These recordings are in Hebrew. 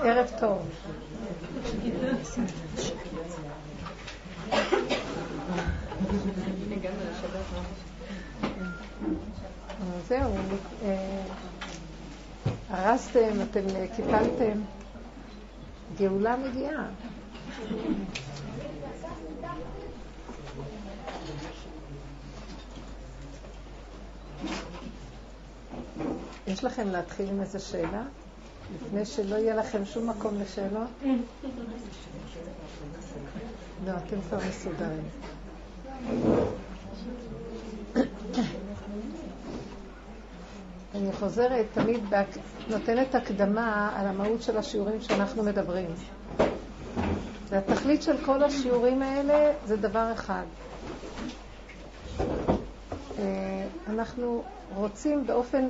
ערב טוב. זהו, הרסתם, אתם קיפלתם, גאולה מגיעה. יש לכם להתחיל עם איזו שאלה? לפני שלא יהיה לכם שום מקום לשאלות? לא, אתם כבר מסודרים. אני חוזרת, תמיד נותנת הקדמה על המהות של השיעורים שאנחנו מדברים. והתכלית של כל השיעורים האלה זה דבר אחד. אנחנו רוצים באופן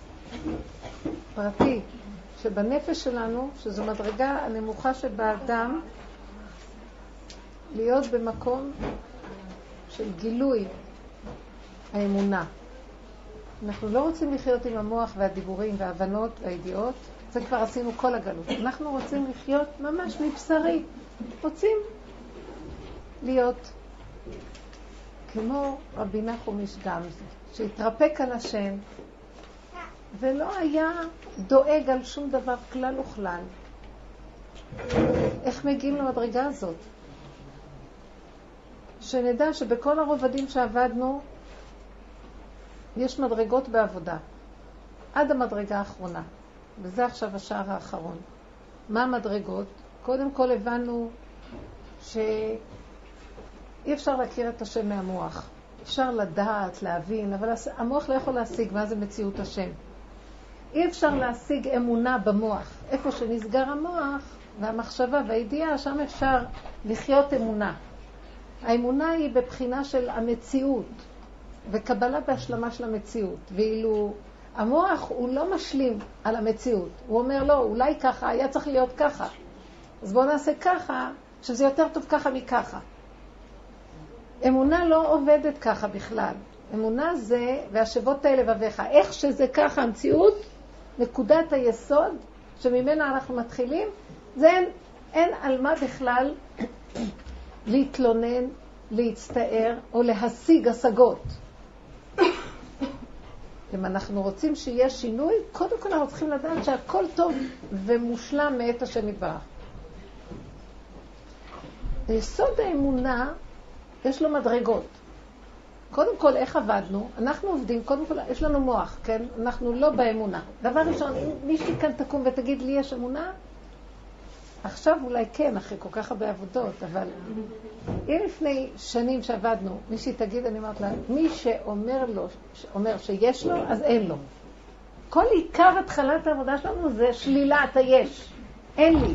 פרטי שבנפש שלנו, שזו מדרגה הנמוכה שבאדם, להיות במקום של גילוי האמונה. אנחנו לא רוצים לחיות עם המוח והדיבורים וההבנות והידיעות, זה כבר עשינו כל הגלות. אנחנו רוצים לחיות ממש מבשרי, רוצים להיות כמו רבי נחום איש גמזו, שהתרפק על השם ולא היה דואג על שום דבר כלל וכלל. איך מגיעים למדרגה הזאת? שנדע שבכל הרובדים שעבדנו יש מדרגות בעבודה עד המדרגה האחרונה, וזה עכשיו השער האחרון. מה המדרגות? קודם כל הבנו שאי אפשר להכיר את השם מהמוח. אפשר לדעת, להבין, אבל המוח לא יכול להשיג מה זה מציאות השם. אי אפשר להשיג אמונה במוח. איפה שנסגר המוח והמחשבה והידיעה, שם אפשר לחיות אמונה. האמונה היא בבחינה של המציאות וקבלה בהשלמה של המציאות. ואילו המוח הוא לא משלים על המציאות. הוא אומר לא, אולי ככה, היה צריך להיות ככה. אז בואו נעשה ככה, שזה יותר טוב ככה מככה. אמונה לא עובדת ככה בכלל. אמונה זה, והשבות לבביך, איך שזה ככה המציאות, נקודת היסוד שממנה אנחנו מתחילים, זה אין על מה בכלל להתלונן, להצטער או להשיג השגות. אם אנחנו רוצים שיהיה שינוי, קודם כל אנחנו צריכים לדעת שהכל טוב ומושלם מאת השם יתברך. יסוד האמונה יש לו מדרגות. קודם כל, איך עבדנו? אנחנו עובדים, קודם כל, יש לנו מוח, כן? אנחנו לא באמונה. דבר ראשון, אם מישהי כאן תקום ותגיד לי יש אמונה, עכשיו אולי כן, אחרי כל כך הרבה עבודות, אבל אם לפני שנים שעבדנו, מישהי תגיד, אני אומרת לה, מי שאומר שיש לו, אז אין לו. כל עיקר התחלת העבודה שלנו זה שלילת היש. אין לי.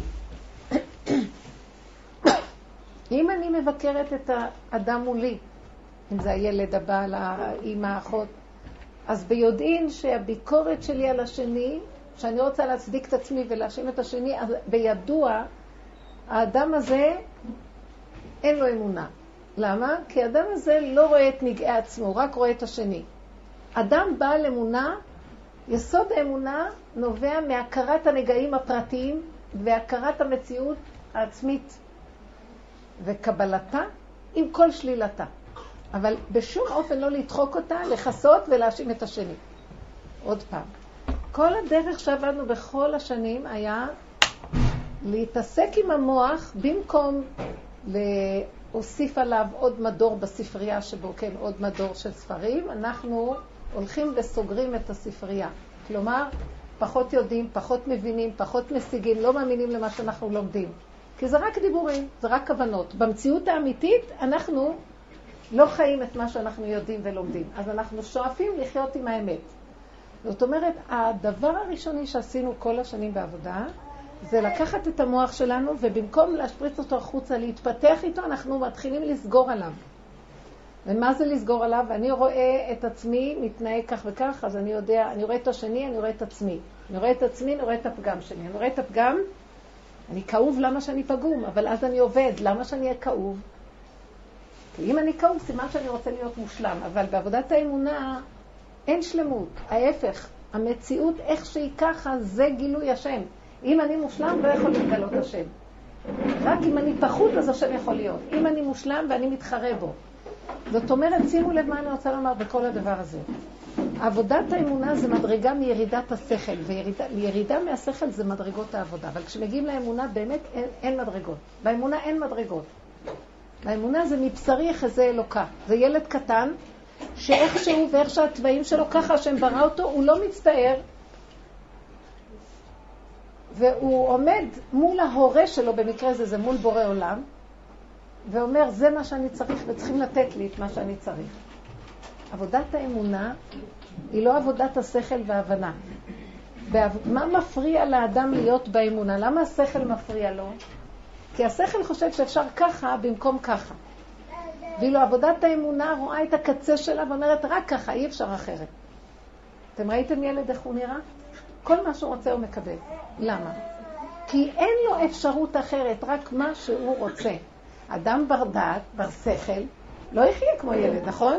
אם אני מבקרת את האדם מולי, אם זה הילד הבא, האמא, האחות, אז ביודעין שהביקורת שלי על השני, שאני רוצה להצדיק את עצמי ולהאשים את השני, אז בידוע, האדם הזה אין לו אמונה. למה? כי האדם הזה לא רואה את נגעי עצמו, רק רואה את השני. אדם בעל אמונה, יסוד האמונה נובע מהכרת הנגעים הפרטיים והכרת המציאות העצמית וקבלתה עם כל שלילתה. אבל בשום אופן לא לדחוק אותה, לחסות ולהאשים את השני. עוד פעם. כל הדרך שעבדנו בכל השנים היה להתעסק עם המוח במקום להוסיף עליו עוד מדור בספרייה שבו, כן, עוד מדור של ספרים. אנחנו הולכים וסוגרים את הספרייה. כלומר, פחות יודעים, פחות מבינים, פחות משיגים, לא מאמינים למה שאנחנו לומדים. כי זה רק דיבורים, זה רק כוונות. במציאות האמיתית אנחנו לא חיים את מה שאנחנו יודעים ולומדים. אז אנחנו שואפים לחיות עם האמת. זאת אומרת, הדבר הראשוני שעשינו כל השנים בעבודה, זה לקחת את המוח שלנו, ובמקום להשפריץ אותו החוצה, להתפתח איתו, אנחנו מתחילים לסגור עליו. ומה זה לסגור עליו? אני רואה את עצמי מתנהג כך וכך, אז אני יודע, אני רואה את השני, אני רואה את עצמי. אני רואה את עצמי, אני רואה את הפגם שלי. אני רואה את הפגם, אני כאוב למה שאני פגום, אבל אז אני עובד, למה שאני אהיה כאוב? כי אם אני כאוב, סימן שאני רוצה להיות מושלם, אבל בעבודת האמונה אין שלמות. ההפך, המציאות איך שהיא ככה, זה גילוי השם. אם אני מושלם, לא יכול להתגלות השם. רק אם אני פחות, אז השם יכול להיות. אם אני מושלם ואני מתחרה בו. זאת אומרת, שימו לב מה אני רוצה לומר בכל הדבר הזה. עבודת האמונה זה מדרגה מירידת השכל, וירידה מהשכל זה מדרגות העבודה. אבל כשמגיעים לאמונה, באמת אין מדרגות. באמונה אין מדרגות. באמונה זה מבשרי יחזה אלוקה. זה ילד קטן, שאיכשהו ואיך שהטבעים שלו, ככה השם ברא אותו, הוא לא מצטער, והוא עומד מול ההורה שלו, במקרה הזה זה מול בורא עולם, ואומר, זה מה שאני צריך, וצריכים לתת לי את מה שאני צריך. עבודת האמונה היא לא עבודת השכל וההבנה. מה מפריע לאדם להיות באמונה? למה השכל מפריע לו? כי השכל חושב שאפשר ככה במקום ככה. ואילו עבודת האמונה רואה את הקצה שלה ואומרת, רק ככה, אי אפשר אחרת. אתם ראיתם ילד איך הוא נראה? כל מה שהוא רוצה הוא מקבל. למה? כי אין לו אפשרות אחרת, רק מה שהוא רוצה. אדם בר דעת, בר שכל, לא יחיה כמו ילד, נכון?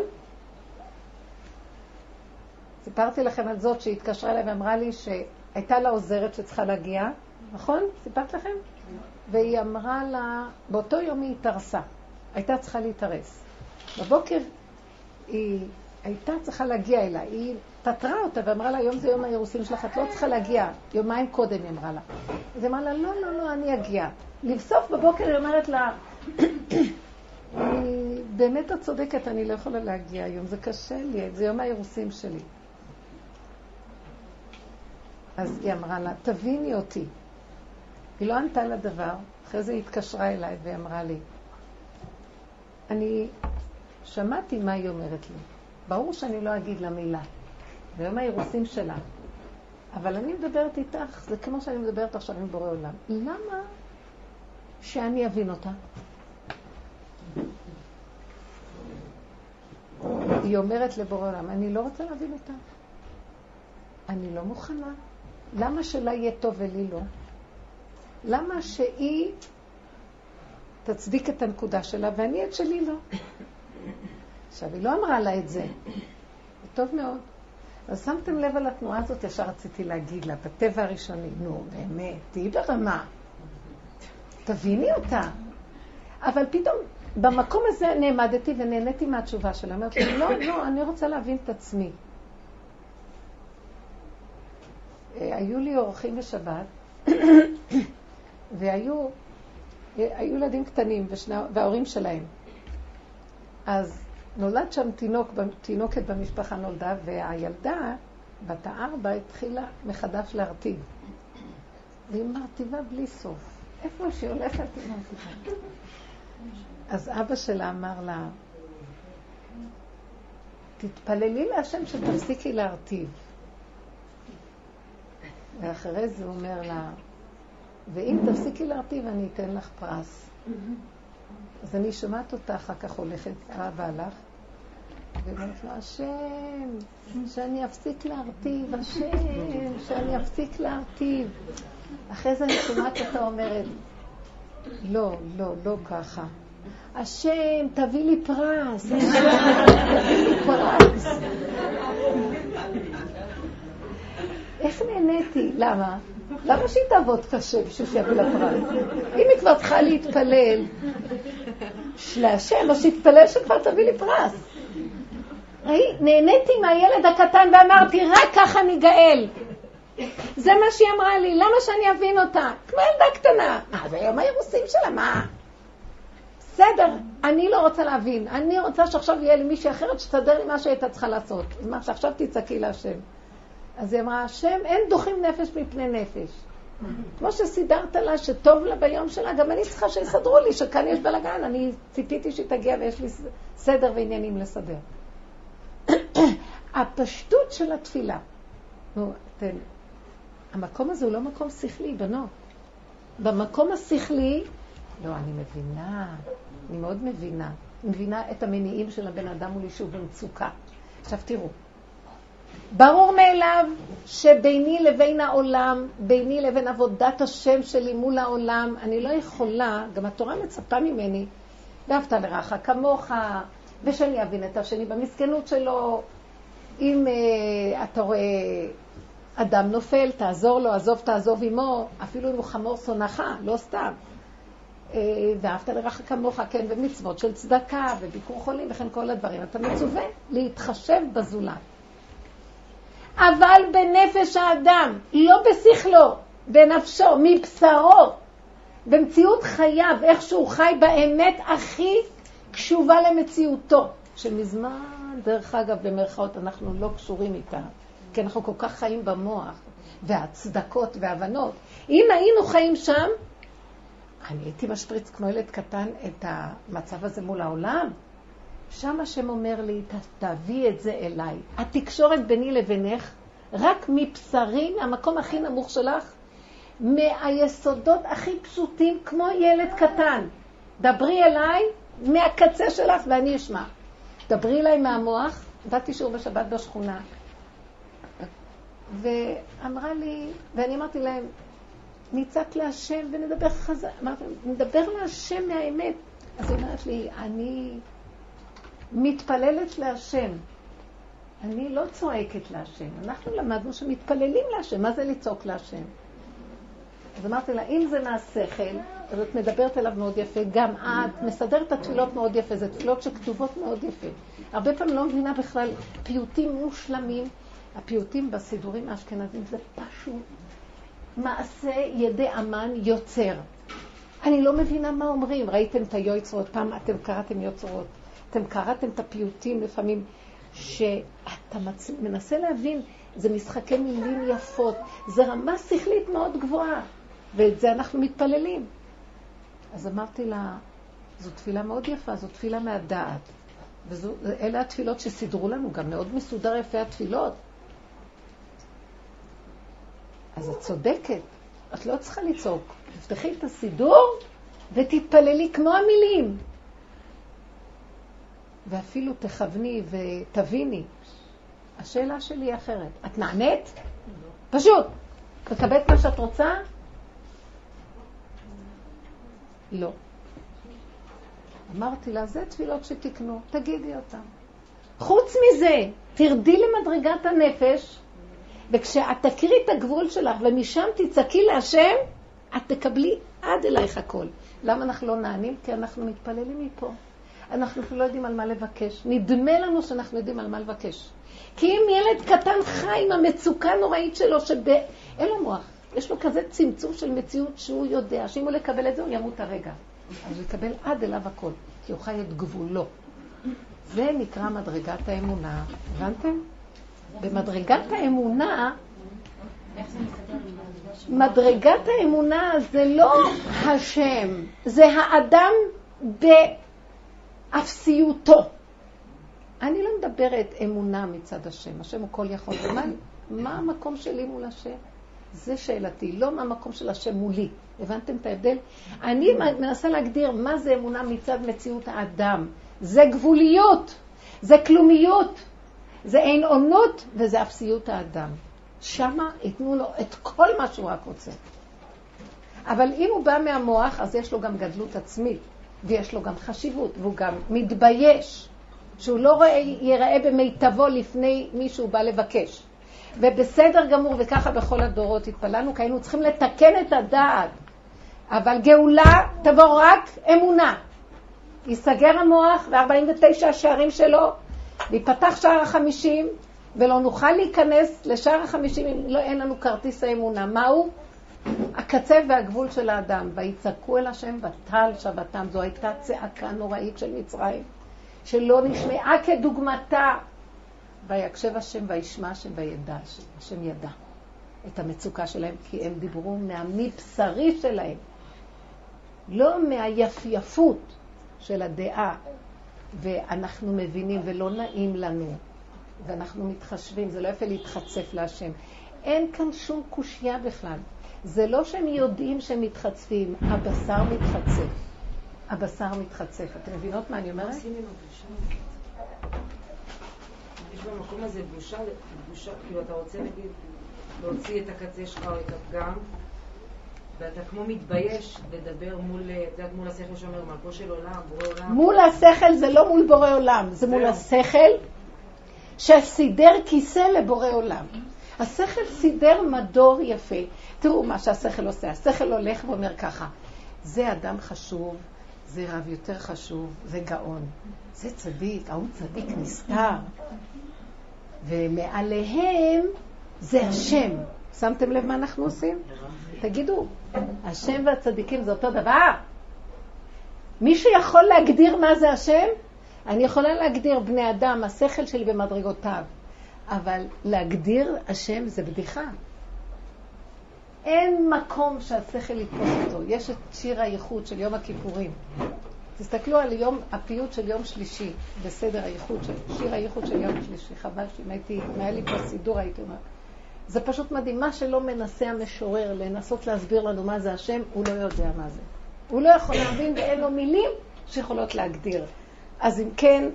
סיפרתי לכם על זאת שהתקשרה אליי ואמרה לי שהייתה לה עוזרת שצריכה להגיע, נכון? סיפרת לכם? והיא אמרה לה, באותו יום היא התארסה, הייתה צריכה להתארס. בבוקר היא הייתה צריכה להגיע אליי, היא תתרה אותה ואמרה לה, היום זה יום האירוסין שלך, את לא צריכה להגיע, יומיים קודם היא אמרה לה. אז היא אמרה לה, לא, לא, לא, אני אגיע. לבסוף בבוקר היא אומרת לה, באמת את צודקת, אני לא יכולה להגיע היום, זה קשה לי, זה יום האירוסין שלי. אז היא אמרה לה, תביני אותי. היא לא ענתה לדבר, אחרי זה היא התקשרה אליי ואמרה לי, אני שמעתי מה היא אומרת לי. ברור שאני לא אגיד לה מילה. זה יום האירוסין שלה. אבל אני מדברת איתך, זה כמו שאני מדברת עכשיו עם בורא עולם. למה שאני אבין אותה? היא אומרת לבורא עולם, אני לא רוצה להבין אותה. אני לא מוכנה. למה שלה יהיה טוב ולי לא? למה שהיא תצדיק את הנקודה שלה ואני את שלי לא? עכשיו, היא לא אמרה לה את זה. זה טוב מאוד. אז שמתם לב על התנועה הזאת, ישר רציתי להגיד לה, בטבע הראשוני, נו, באמת, תהי ברמה. תביני אותה. אבל פתאום, במקום הזה נעמדתי ונהניתי מהתשובה שלה. אמרתי לי, לא, לא, אני רוצה להבין את עצמי. היו לי אורחים בשבת, והיו ילדים קטנים, וההורים שלהם. אז נולד שם תינוקת במשפחה נולדה, והילדה, בת 4, התחילה מחדש להרטיב. והיא מרטיבה בלי סוף. איפה שהיא הולכת היא מרטיבה. אז אבא שלה אמר לה, תתפללי להשם שתפסיקי להרטיב. ואחרי זה הוא אומר לה, ואם תפסיקי להרטיב אני אתן לך פרס. אז אני שומעת אותה, אחר כך הולכת, אבא הלך, ואומרת לו, השם, שאני אפסיק להרטיב, השם, שאני אפסיק להרטיב. אחרי זה אני שומעת אותה אומרת, לא, לא, לא ככה. השם, תביא לי פרס, תביא לי פרס. איך נהניתי? למה? למה שהיא תעבוד קשה בשביל שיביא לה פרס? אם היא כבר צריכה להתפלל להשם, אז שהתפלל שכבר תביא לי פרס. נהניתי מהילד הקטן ואמרתי, רק ככה ניגאל. זה מה שהיא אמרה לי, למה שאני אבין אותה? כמו ילדה קטנה. זה יום האירוסים שלה, מה? בסדר, אני לא רוצה להבין. אני רוצה שעכשיו יהיה לי מישהי אחרת שתסדר לי מה שהייתה צריכה לעשות. אז מה, שעכשיו תצעקי להשם. אז היא אמרה, השם, אין דוחים נפש מפני נפש. כמו שסידרת לה שטוב לה ביום שלה, גם אני צריכה שיסדרו לי שכאן יש בלגן. אני ציפיתי שתגיע ויש לי סדר ועניינים לסדר. הפשטות של התפילה. נו, המקום הזה הוא לא מקום שכלי, בנות. במקום השכלי, לא, אני מבינה, אני מאוד מבינה. אני מבינה את המניעים של הבן אדם מול יישוב במצוקה. עכשיו תראו, ברור מאליו שביני לבין העולם, ביני לבין עבודת השם שלי מול העולם, אני לא יכולה, גם התורה מצפה ממני, ואהבת לרעך כמוך, ושאני אבין את השני במסכנות שלו. אם אתה רואה אדם נופל, תעזור לו, עזוב תעזוב עמו, אפילו אם הוא חמור שונאך, לא סתם. ואהבת לרעך כמוך, כן, ומצוות של צדקה וביקור חולים וכן כל הדברים. אתה מצווה להתחשב בזולת. אבל בנפש האדם, לא בשכלו, בנפשו, מבשרו, במציאות חייו, איך שהוא חי באמת הכי קשובה למציאותו, שמזמן, דרך אגב, במרכאות, אנחנו לא קשורים איתה, כי אנחנו כל כך חיים במוח, והצדקות והבנות. אם היינו חיים שם, אני הייתי משפריץ כמו ילד קטן את המצב הזה מול העולם. שם השם אומר לי, תביא את זה אליי. התקשורת ביני לבינך, רק מבשרי, מהמקום הכי נמוך שלך, מהיסודות הכי פשוטים, כמו ילד קטן. דברי אליי מהקצה שלך ואני אשמע. דברי אליי מהמוח, באתי שיעור בשבת בשכונה. ואמרה לי, ואני אמרתי להם, ניצק להשם ונדבר חזק. אמרתי, נדבר להשם מהאמת. אז היא אומרת לי, אני מתפללת להשם. אני לא צועקת להשם. אנחנו למדנו שמתפללים להשם. מה זה לצעוק להשם? אז אמרתי לה, אם זה מהשכל, אז את מדברת אליו מאוד יפה, גם את מסדרת את התפילות מאוד יפה, זה תפילות שכתובות מאוד יפה. הרבה פעמים לא מבינה בכלל פיוטים מושלמים, הפיוטים בסידורים האשכנזים זה פשוט מעשה ידי אמן יוצר. אני לא מבינה מה אומרים, ראיתם את היוצרות, פעם אתם קראתם יוצרות, אתם קראתם את הפיוטים לפעמים, שאתה מנסה להבין, זה משחקי מילים יפות, זה רמה שכלית מאוד גבוהה, ואת זה אנחנו מתפללים. אז אמרתי לה, זו תפילה מאוד יפה, זו תפילה מהדעת, ואלה התפילות שסידרו לנו, גם מאוד מסודר יפה התפילות. אז את צודקת, את לא צריכה לצעוק, תפתחי את הסידור ותתפללי כמו המילים. ואפילו תכווני ותביני. השאלה שלי היא אחרת. את נענית? פשוט. תקבלת מה שאת רוצה? לא. אמרתי לה, זה תפילות שתקנו, תגידי אותם. חוץ מזה, תרדי למדרגת הנפש, וכשאת תכירי את הגבול שלך ומשם תצעקי להשם, את תקבלי עד אלייך הכל. למה אנחנו לא נענים? כי אנחנו מתפללים מפה. אנחנו לא יודעים על מה לבקש. נדמה לנו שאנחנו יודעים על מה לבקש. כי אם ילד קטן חי עם המצוקה הנוראית שלו, אין לו מוח. יש לו כזה צמצום של מציאות שהוא יודע, שאם הוא לקבל את זה, הוא ימות הרגע. אז הוא יקבל עד אליו הכל, כי הוא חי את גבולו. זה נקרא מדרגת האמונה. הבנתם? במדרגת האמונה, מדרגת האמונה זה לא השם, זה האדם באפסיותו. אני לא מדברת אמונה מצד השם, השם הוא כל יכול. מה המקום שלי מול השם? זה שאלתי, לא מה המקום של השם מולי. הבנתם את ההבדל? אני מנסה להגדיר מה זה אמונה מצד מציאות האדם. זה גבוליות, זה כלומיות, זה אין עונות וזה אפסיות האדם. שמה יתנו לו את כל מה שהוא רק רוצה. אבל אם הוא בא מהמוח, אז יש לו גם גדלות עצמית, ויש לו גם חשיבות, והוא גם מתבייש, שהוא לא ייראה במיטבו לפני מי שהוא בא לבקש. ובסדר גמור, וככה בכל הדורות התפללנו, כי היינו צריכים לתקן את הדעת. אבל גאולה תבוא רק אמונה. ייסגר המוח ו49 השערים שלו, ויפתח שער ה50, ולא נוכל להיכנס לשער ה50 אם לא אין לנו כרטיס האמונה. מהו? הקצה והגבול של האדם. ויצעקו אל השם בטל שבתם. זו הייתה צעקה נוראית של מצרים, שלא נשמעה כדוגמתה. ויקשב השם וישמע השם וידע השם. השם ידע את המצוקה שלהם, כי הם דיברו מהמבשרי שלהם, לא מהיפייפות של הדעה. ואנחנו מבינים ולא נעים לנו, ואנחנו מתחשבים, זה לא יפה להתחצף להשם. אין כאן שום קושיה בכלל. זה לא שהם יודעים שהם מתחצפים, הבשר מתחצף. הבשר מתחצף. אתם מבינות מה אני אומרת? יש במקום הזה בושה, כאילו אתה רוצה נגיד להוציא את הקצה שלך או את הפגם, ואתה כמו מתבייש לדבר מול השכל שאומר מלכו של עולם, בורא עולם. מול השכל זה לא מול בורא עולם, זה מול השכל שסידר כיסא לבורא עולם. השכל סידר מדור יפה. תראו מה שהשכל עושה. השכל הולך ואומר ככה, זה אדם חשוב, זה רב יותר חשוב, זה גאון. זה צדיק, ההוא צדיק נסתר. ומעליהם זה השם. שמתם לב מה אנחנו עושים? תגידו, השם והצדיקים זה אותו דבר? מישהו יכול להגדיר מה זה השם? אני יכולה להגדיר בני אדם, השכל שלי במדרגותיו. אבל להגדיר השם זה בדיחה. אין מקום שהשכל יתפוס אותו. יש את שיר הייחוד של יום הכיפורים. תסתכלו על יום הפיוט של יום שלישי, בסדר הייחוד של שיר הייחוד של יום שלישי. חבל שאם היה לי פה סידור הייתי אומר. זה פשוט מדהים, מה שלא מנסה המשורר לנסות להסביר לנו מה זה השם, הוא לא יודע מה זה. הוא לא יכול להבין ואין לו מילים שיכולות להגדיר. אז אם כן,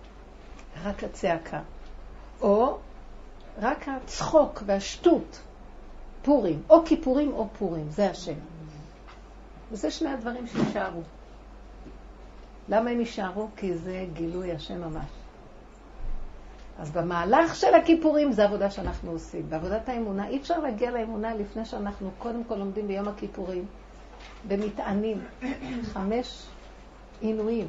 רק הצעקה. או רק הצחוק והשטות, פורים, או כיפורים או פורים, זה השם. וזה שני הדברים שישארו. למה הם יישארו? כי זה גילוי השם ממש. אז במהלך של הכיפורים זה עבודה שאנחנו עושים. בעבודת האמונה, אי אפשר להגיע לאמונה לפני שאנחנו קודם כל לומדים ביום הכיפורים, במטענים, 5 עינויים.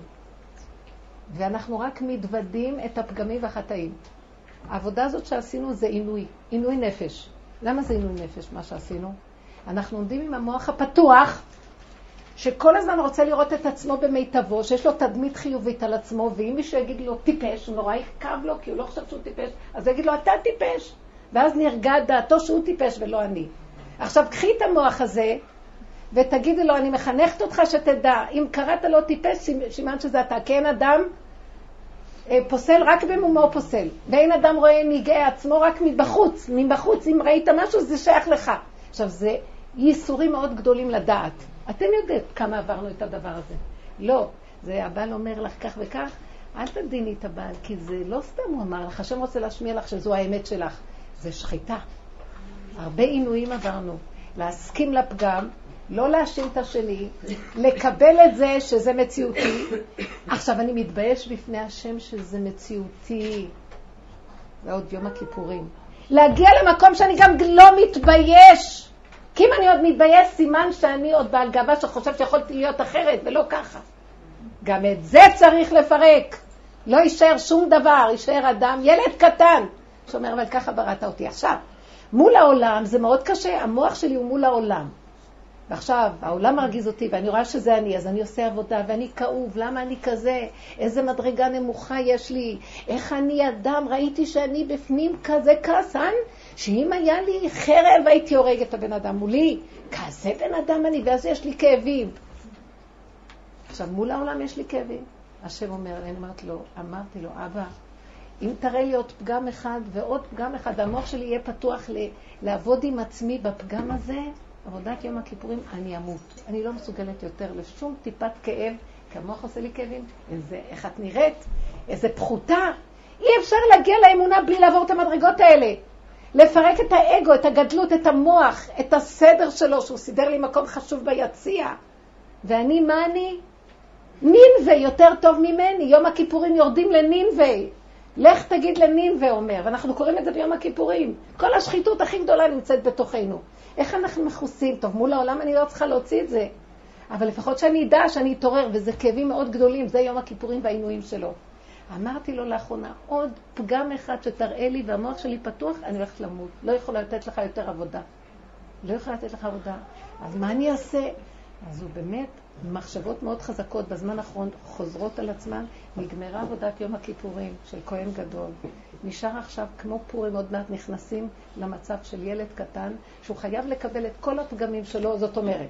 ואנחנו רק מתוודים את הפגמים והחטאים. העבודה הזאת שעשינו זה עינוי נפש. למה זה עינוי נפש, מה שעשינו? אנחנו עומדים עם המוח הפתוח, שכל הזמן רוצה לראות את עצמו במיטבו, שיש לו תדמית חיובית על עצמו, ואם מישהו יגיד לו טיפש, הוא נורא יכאב לו, כי הוא לא חושב שהוא טיפש, אז יגיד לו, אתה טיפש. ואז נרגע דעתו שהוא טיפש ולא אני. עכשיו, קחי את המוח הזה, ותגידי לו, אני מחנכת אותך שתדע, אם קראת לו טיפש, שימן שזה אתה, כי אין אדם פוסל רק במומו פוסל, ואין אדם רואה נגעי עצמו רק מבחוץ, אם ראית משהו זה שייך לך. עכשיו, זה ייסורים מאוד גדולים לדעת. אתם יודעים כמה עברנו את הדבר הזה. לא, זה הבעל אומר לך כך וכך, אל תדיני את הבעל, כי זה לא סתם הוא אמר לך, השם רוצה להשמיע לך שזו האמת שלך. זה שחיטה. הרבה עינויים עברנו. להסכים לפגם, לא להאשים את השני, לקבל את זה שזה מציאותי. עכשיו אני מתבייש בפני השם שזה מציאותי. ועוד יום הכיפורים. להגיע למקום שאני גם לא מתבייש. כי אם אני עוד מתבייש, סימן שאני עוד בעל גאווה שחושב שיכולתי להיות אחרת, ולא ככה. גם את זה צריך לפרק. לא יישאר שום דבר, יישאר אדם, ילד קטן, שאומר, אבל ככה בראת אותי. עכשיו, מול העולם זה מאוד קשה, המוח שלי הוא מול העולם. ועכשיו, העולם מרגיז אותי, ואני רואה שזה אני, אז אני עושה עבודה, ואני כאוב, למה אני כזה? איזה מדרגה נמוכה יש לי? איך אני אדם? ראיתי שאני בפנים כזה כעסן, שאם היה לי חרב הייתי הורג את הבן אדם מולי. כזה בן אדם אני, ואז יש לי כאבים. עכשיו, מול העולם יש לי כאבים. השם אומר, אני אמרתי לו, אבא, אם תראה לי עוד פגם אחד ועוד פגם אחד, והמוח שלי יהיה פתוח לעבוד עם עצמי בפגם הזה, עבודת יום הכיפורים, אני אמות. אני לא מסוגלת יותר לשום טיפת כאב, כי המוח עושה לי כאבים. איך את נראית? איזה פחותה. אי אפשר להגיע לאמונה בלי לעבור את המדרגות האלה. לפרק את האגו, את הגדלות, את המוח, את הסדר שלו, שהוא סידר לי מקום חשוב ביציע. ואני, מה אני? נינווה יותר טוב ממני. יום הכיפורים יורדים לנינווה. לך תגיד לנינווה, אומר. ואנחנו קוראים את זה ביום הכיפורים. כל השחיתות הכי גדולה נמצאת בתוכנו. איך אנחנו מכוסים? טוב, מול העולם אני לא צריכה להוציא את זה. אבל לפחות שאני אדע שאני אתעורר, וזה כאבים מאוד גדולים. זה יום הכיפורים והעינויים שלו. אמרתי לו לאחרונה, עוד פגם אחד שתראה לי והמוח שלי פתוח, אני הולכת למות. לא יכולה לתת לך יותר עבודה. לא יכולה לתת לך עבודה. אז מה אני אעשה? אז הוא באמת, מחשבות מאוד חזקות בזמן האחרון חוזרות על עצמן. נגמרה עבודת יום הכיפורים של כהן גדול. נשאר עכשיו כמו פורים, עוד מעט נכנסים למצב של ילד קטן, שהוא חייב לקבל את כל הפגמים שלו, זאת אומרת.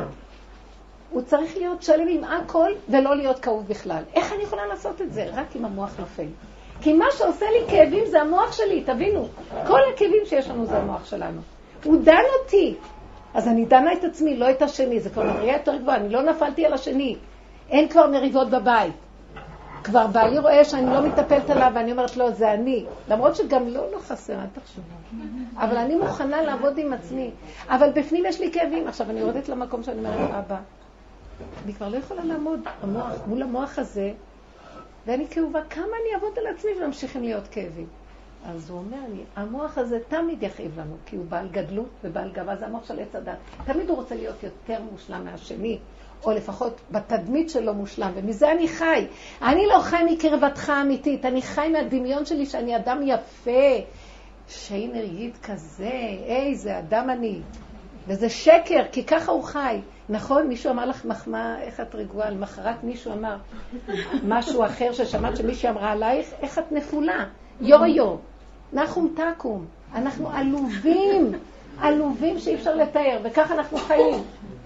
הוא צריך להיות שלם עם הכל ולא להיות כאוב בכלל. איך אני יכולה לעשות את זה? רק אם המוח נופל. כי מה שעושה לי כאבים זה המוח שלי, תבינו. כל הכאבים שיש לנו זה המוח שלנו. הוא דן אותי. אז אני דנה את עצמי, לא את השני. זה כבר מריאה יותר גבוהה, אני לא נפלתי על השני. אין כבר מריבות בבית. כבר בעלי רואה שאני לא מטפלת עליו, ואני אומרת לו, זה אני. למרות שגם לא חסר, תחשבו. אבל אני מוכנה לעבוד עם עצמי. אבל בפנים יש לי כאבים. עכשיו אני יורדת למקום שאני אומרת, אבא, אני כבר לא יכולה לעמוד מול המוח הזה, ואני כאובה, כמה אני אעבוד על עצמי וממשיכים להיות כאבים. אז הוא אומר לי, המוח הזה תמיד יכאיב לנו, כי הוא בעל גדלות ובעל גאווה, זה המוח של עץ הדת. תמיד הוא רוצה להיות יותר מושלם מהשני, או לפחות בתדמית שלו מושלם, ומזה אני חי. אני לא חי מקרבתך האמיתית, אני חי מהדמיון שלי שאני אדם יפה, שהנה יגיד כזה, איזה אדם אני. וזה שקר, כי ככה הוא חי. נכון, מישהו אמר לך מחמאה, איך את רגועה? למחרת מישהו אמר משהו אחר ששמעת שמישהו אמרה עלייך, איך את נפולה? יו, נחום תקום. אנחנו עלובים שאי אפשר לתאר, וככה אנחנו חיים.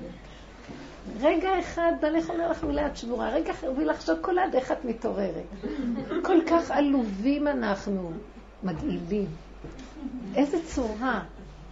רגע אחד, בלך אומר לך מילה את שבורה, רגע אחר, ולחשוב כל עד איך את מתעוררת. כל כך עלובים אנחנו, מגעילים. איזה צורה.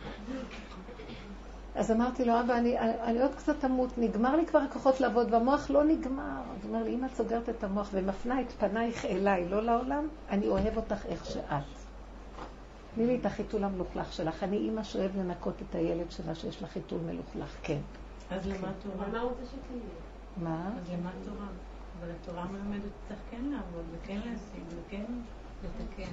אז אמרתי לו, אבא, אני עוד קצת אמות, נגמר לי כבר הכוחות לעבוד, והמוח לא נגמר. אז הוא אומר לי, אם את סוגרת את המוח ומפנה את פנייך אליי, לא לעולם, אני אוהב אותך איך שאת. תני לי את החיתול המלוכלך שלך. אני אימא שאוהב לנקות את הילד שלה שיש לה חיתול מלוכלך, כן. אז למה תורה? אבל מה רוצה שתהיה? מה? אז למה תורה? אבל התורה מלמדת אותך כן לעבוד, וכן להשיג, וכן לתקן.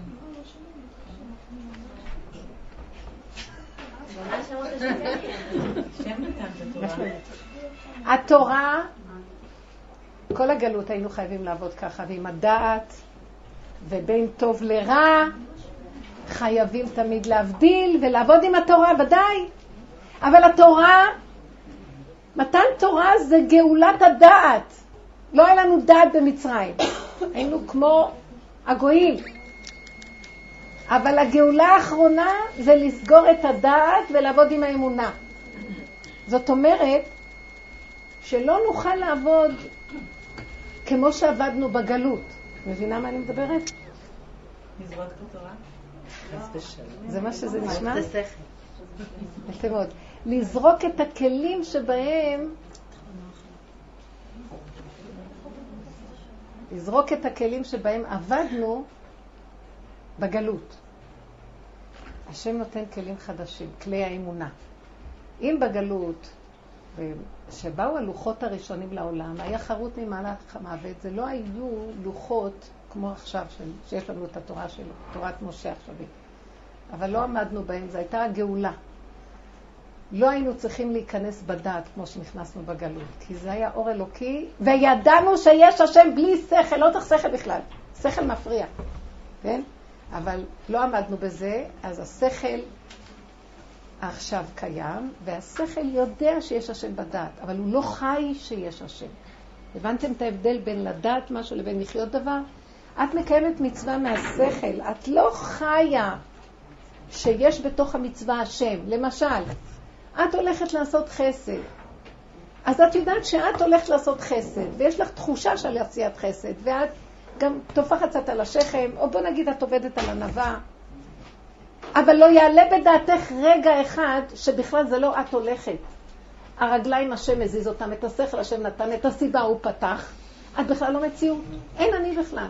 שם נתן את התורה. התורה, כל הגלות היינו חייבים לעבוד ככה, ועם הדעת, ובין טוב לרע, חייבים תמיד להבדיל ולעבוד עם התורה, ודאי. אבל התורה, מתן תורה זה גאולת הדעת. לא היה לנו דעת במצרים. היינו כמו הגויים. אבל הגאולה האחרונה זה לסגור את הדעת ולעבוד עם האמונה. זאת אומרת שלא נוכל לעבוד כמו שעבדנו בגלות. מבינה מה אני מדברת? לזרוק את התורה? זה מה שזה נשמע? יפה מאוד. לזרוק את הכלים שבהם עבדנו בגלות. השם נותן כלים חדשים, כלי האמונה. אם בגלות, שבאו הלוחות הראשונים לעולם, היה חרוט ממהלך המוות, זה לא היו לוחות כמו עכשיו, שיש לנו את התורה שלו, תורת משה עכשווית. אבל לא עמדנו בהם, זו הייתה הגאולה. לא היינו צריכים להיכנס בדעת כמו שנכנסנו בגלות, כי זה היה אור אלוקי, וידענו שיש השם בלי שכל, לא צריך שכל בכלל, שכל מפריע, כן? אבל לא עמדנו בזה, אז השכל עכשיו קיים, והשכל יודע שיש השם בדעת, אבל הוא לא חי שיש השם. הבנתם את ההבדל בין לדעת משהו לבין לחיות דבר? את מקיימת מצווה מהשכל, את לא חיה שיש בתוך המצווה השם. למשל, את הולכת לעשות חסד, אז את יודעת שאת הולכת לעשות חסד, ויש לך תחושה של עשיית חסד, ואת גם תופחת קצת על השכם, או בוא נגיד את עובדת על ענווה, אבל לא יעלה בדעתך רגע אחד שבכלל זה לא את הולכת. הרגליים השם מזיז אותם, את השכל השם נתן, את הסיבה הוא פתח, את בכלל לא מציאות, אין אני בכלל.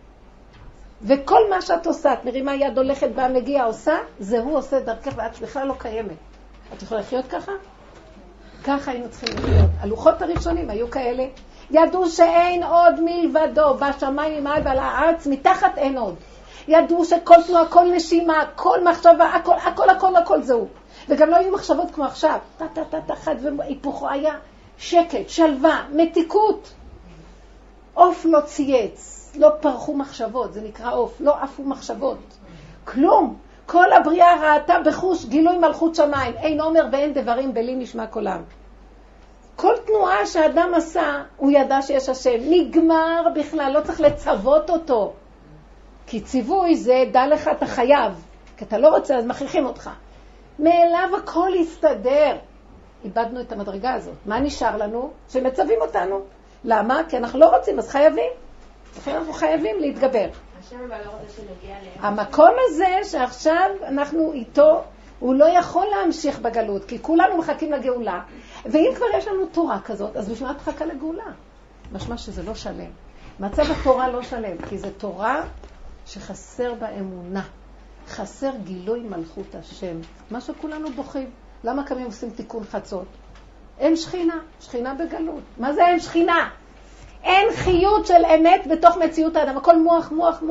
וכל מה שאת עושה, את מרימה יד הולכת בה מגיעה עושה, זה הוא עושה דרכך ואת בכלל לא קיימת. את יכולה לחיות ככה? ככה היינו צריכים לחיות. הלוחות הראשונים היו כאלה, ידעו שאין עוד מלבדו, בשמיים מעל ועל הארץ, מתחת אין עוד. ידעו שכל תנועה, כל נשימה, כל מחשבה, הכל זהו. וגם לא היו מחשבות כמו עכשיו. חד והיפוכו היה שקט, שלווה, מתיקות. עוף לא צייץ, לא פרחו מחשבות, זה נקרא עוף, לא עפו מחשבות. כלום. כל הבריאה ראתה בחוש גילוי מלכות שמיים. אין אומר ואין דברים בלי נשמע קולם. כל תנועה שהאדם עשה, הוא ידע שיש השם. נגמר בכלל, לא צריך לצוות אותו. כי ציווי זה, דע לך, אתה חייב. כי אתה לא רוצה, אז מכריחים אותך. מאליו הכל יסתדר. איבדנו את המדרגה הזאת. מה נשאר לנו? שמצווים אותנו. למה? כי אנחנו לא רוצים, אז חייבים. לכן אנחנו חייבים להתגבר. השם אבל לא רוצה שנגיע המקום הזה שעכשיו אנחנו איתו, הוא לא יכול להמשיך בגלות, כי כולנו מחכים לגאולה. ואם כבר יש לנו תורה כזאת, אז בשביל מה תחכה לגאולה? משמע שזה לא שלם. מצב התורה לא שלם, כי זה תורה שחסר באמונה. חסר גילוי מלכות השם. מה שכולנו בוכים. למה קמים עושים תיקון חצות? אין שכינה, שכינה בגלות. מה זה אין שכינה? אין חיות של אמת בתוך מציאות האדם. הכל מוח.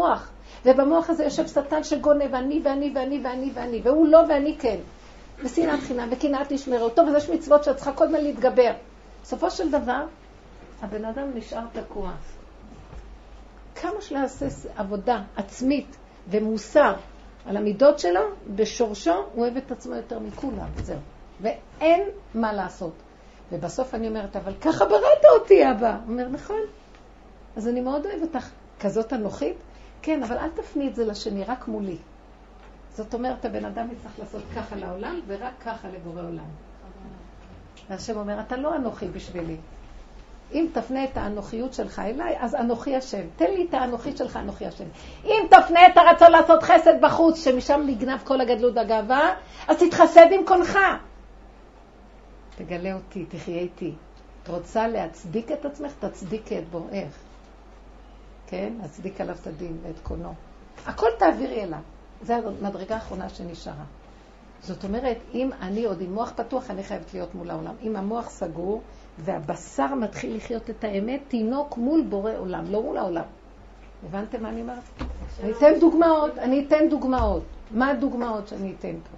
ובמוח הזה יושב שטן שגונב, אני ואני ואני ואני ואני, והוא לא ואני כן. ושנאת חינם וקנאת תשמרו. טוב, אז יש מצוות שאת צריכה כל הזמן להתגבר. בסופו של דבר, הבן אדם נשאר תקוע. כמה שלעשה עבודה עצמית ומוסר על המידות שלו, בשורשו הוא אוהב את עצמו יותר מכולם, זהו. ואין מה לעשות. ובסוף אני אומרת, אבל ככה בראת אותי, אבא. הוא אומר, נכון. אז אני מאוד אוהב אותך. כזאת אנוכית? כן, אבל אל תפני את זה לשני, רק מולי. זאת אומרת, הבן אדם יצטרך לעשות ככה לעולם, ורק ככה לבורא עולם. והשם אומר, אתה לא אנוכי בשבילי. אם תפנה את האנוכיות שלך אליי, אז אנוכי השם. תן לי את האנוכית שלך, אנוכי השם. אם תפנה את הרצון לעשות חסד בחוץ, שמשם נגנב כל הגדלות והגאווה, אז תתחסד עם קונך. תגלה אותי, תחיה איתי. את רוצה להצדיק את עצמך, תצדיקי את בוראך. כן? להצדיק עליו את הדין ואת קונו. הכל תעבירי אליו. זו המדרגה האחרונה שנשארה. זאת אומרת, אם אני עוד עם מוח פתוח, אני חייבת להיות מול העולם. אם המוח סגור, והבשר מתחיל לחיות את האמת, תינוק מול בורא עולם, לא מול העולם. הבנתם מה אני אומרת? אני אתן דוגמאות. מה הדוגמאות שאני אתן פה?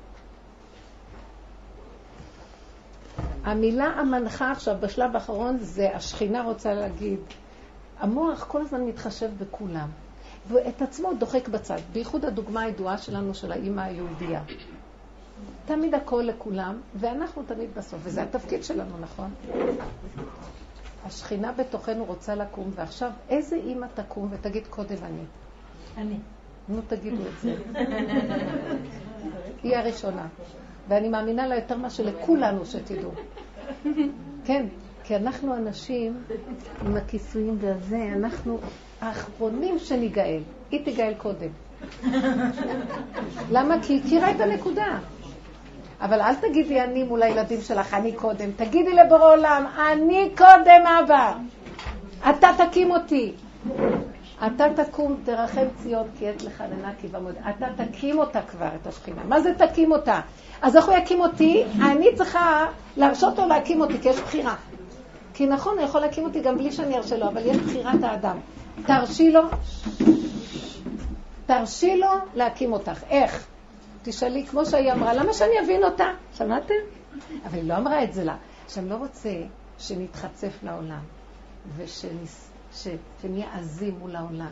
המילה המנחה עכשיו בשלב האחרון זה השכינה רוצה להגיד, המוח כל הזמן מתחשב בכולם, ואת עצמו דוחק בצד. בייחוד הדוגמה הידועה שלנו של האמא היהודייה. תמיד הכל לכולם, ואנחנו תמיד בסוף, וזה התפקיד שלנו, נכון? השכינה בתוכנו רוצה לקום, ועכשיו איזה אמא תקום ותגיד קודם אני? נו תגידו את זה. היא הראשונה. ואני מאמינה לה יותר מה שלכולנו שתדעו. כן, כי אנחנו אנשים עם הכיסויים והזה, אנחנו האחרונים שניגאל. היא תיגאל קודם. למה? כי היא הכירה את הנקודה. אבל אל תגידי אני מול הילדים שלך, אני קודם. תגידי לבורא עולם, אני קודם אבא. אתה תקים אותי. אתה תקום תרחם ציון כי עת לך לנקי ומוד. אתה תקים אותה כבר, את השכינה. מה זה תקים אותה? אז איך הוא יקים אותי? אני צריכה להרשות לו להקים אותי, כי יש בחירה. כי נכון, הוא יכול להקים אותי גם בלי שאני ארשה לו, אבל יש בחירת האדם. תרשי לו להקים אותך. איך? תשאלי, כמו שהיא אמרה, למה שאני אבין אותה? שמעתם? אבל היא לא אמרה את זה לה. שאני לא רוצה שנתחצף לעולם, שנהיה עזים מול העולם.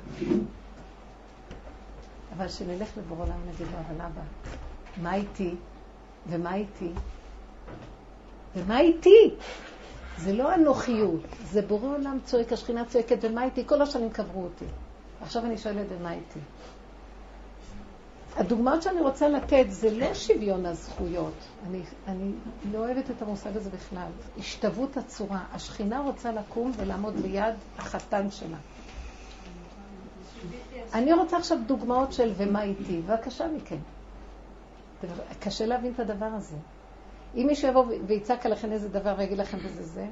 אבל שנלך לבורא עולם ונגיד לו, אבל אבא, מה איתי? ומה איתי? ומה איתי? זה לא אנוכיות, זה בורא עולם צועק, השכינה צועקת, ומה איתי? כל השנים קברו אותי. עכשיו אני שואלת, ומה איתי? הדוגמאות שאני רוצה לתת זה לא שוויון הזכויות. אני לא אוהבת את המושג הזה בכלל. השתוות הצורה. השכינה רוצה לקום ולעמוד ליד החתן שלה. אני רוצה עכשיו דוגמאות של ומה איתי. בבקשה מכם. קשה להבין את הדבר הזה. אם מישהו יבוא ויצעק עליכם איזה דבר ויגיד לכם וזה זה.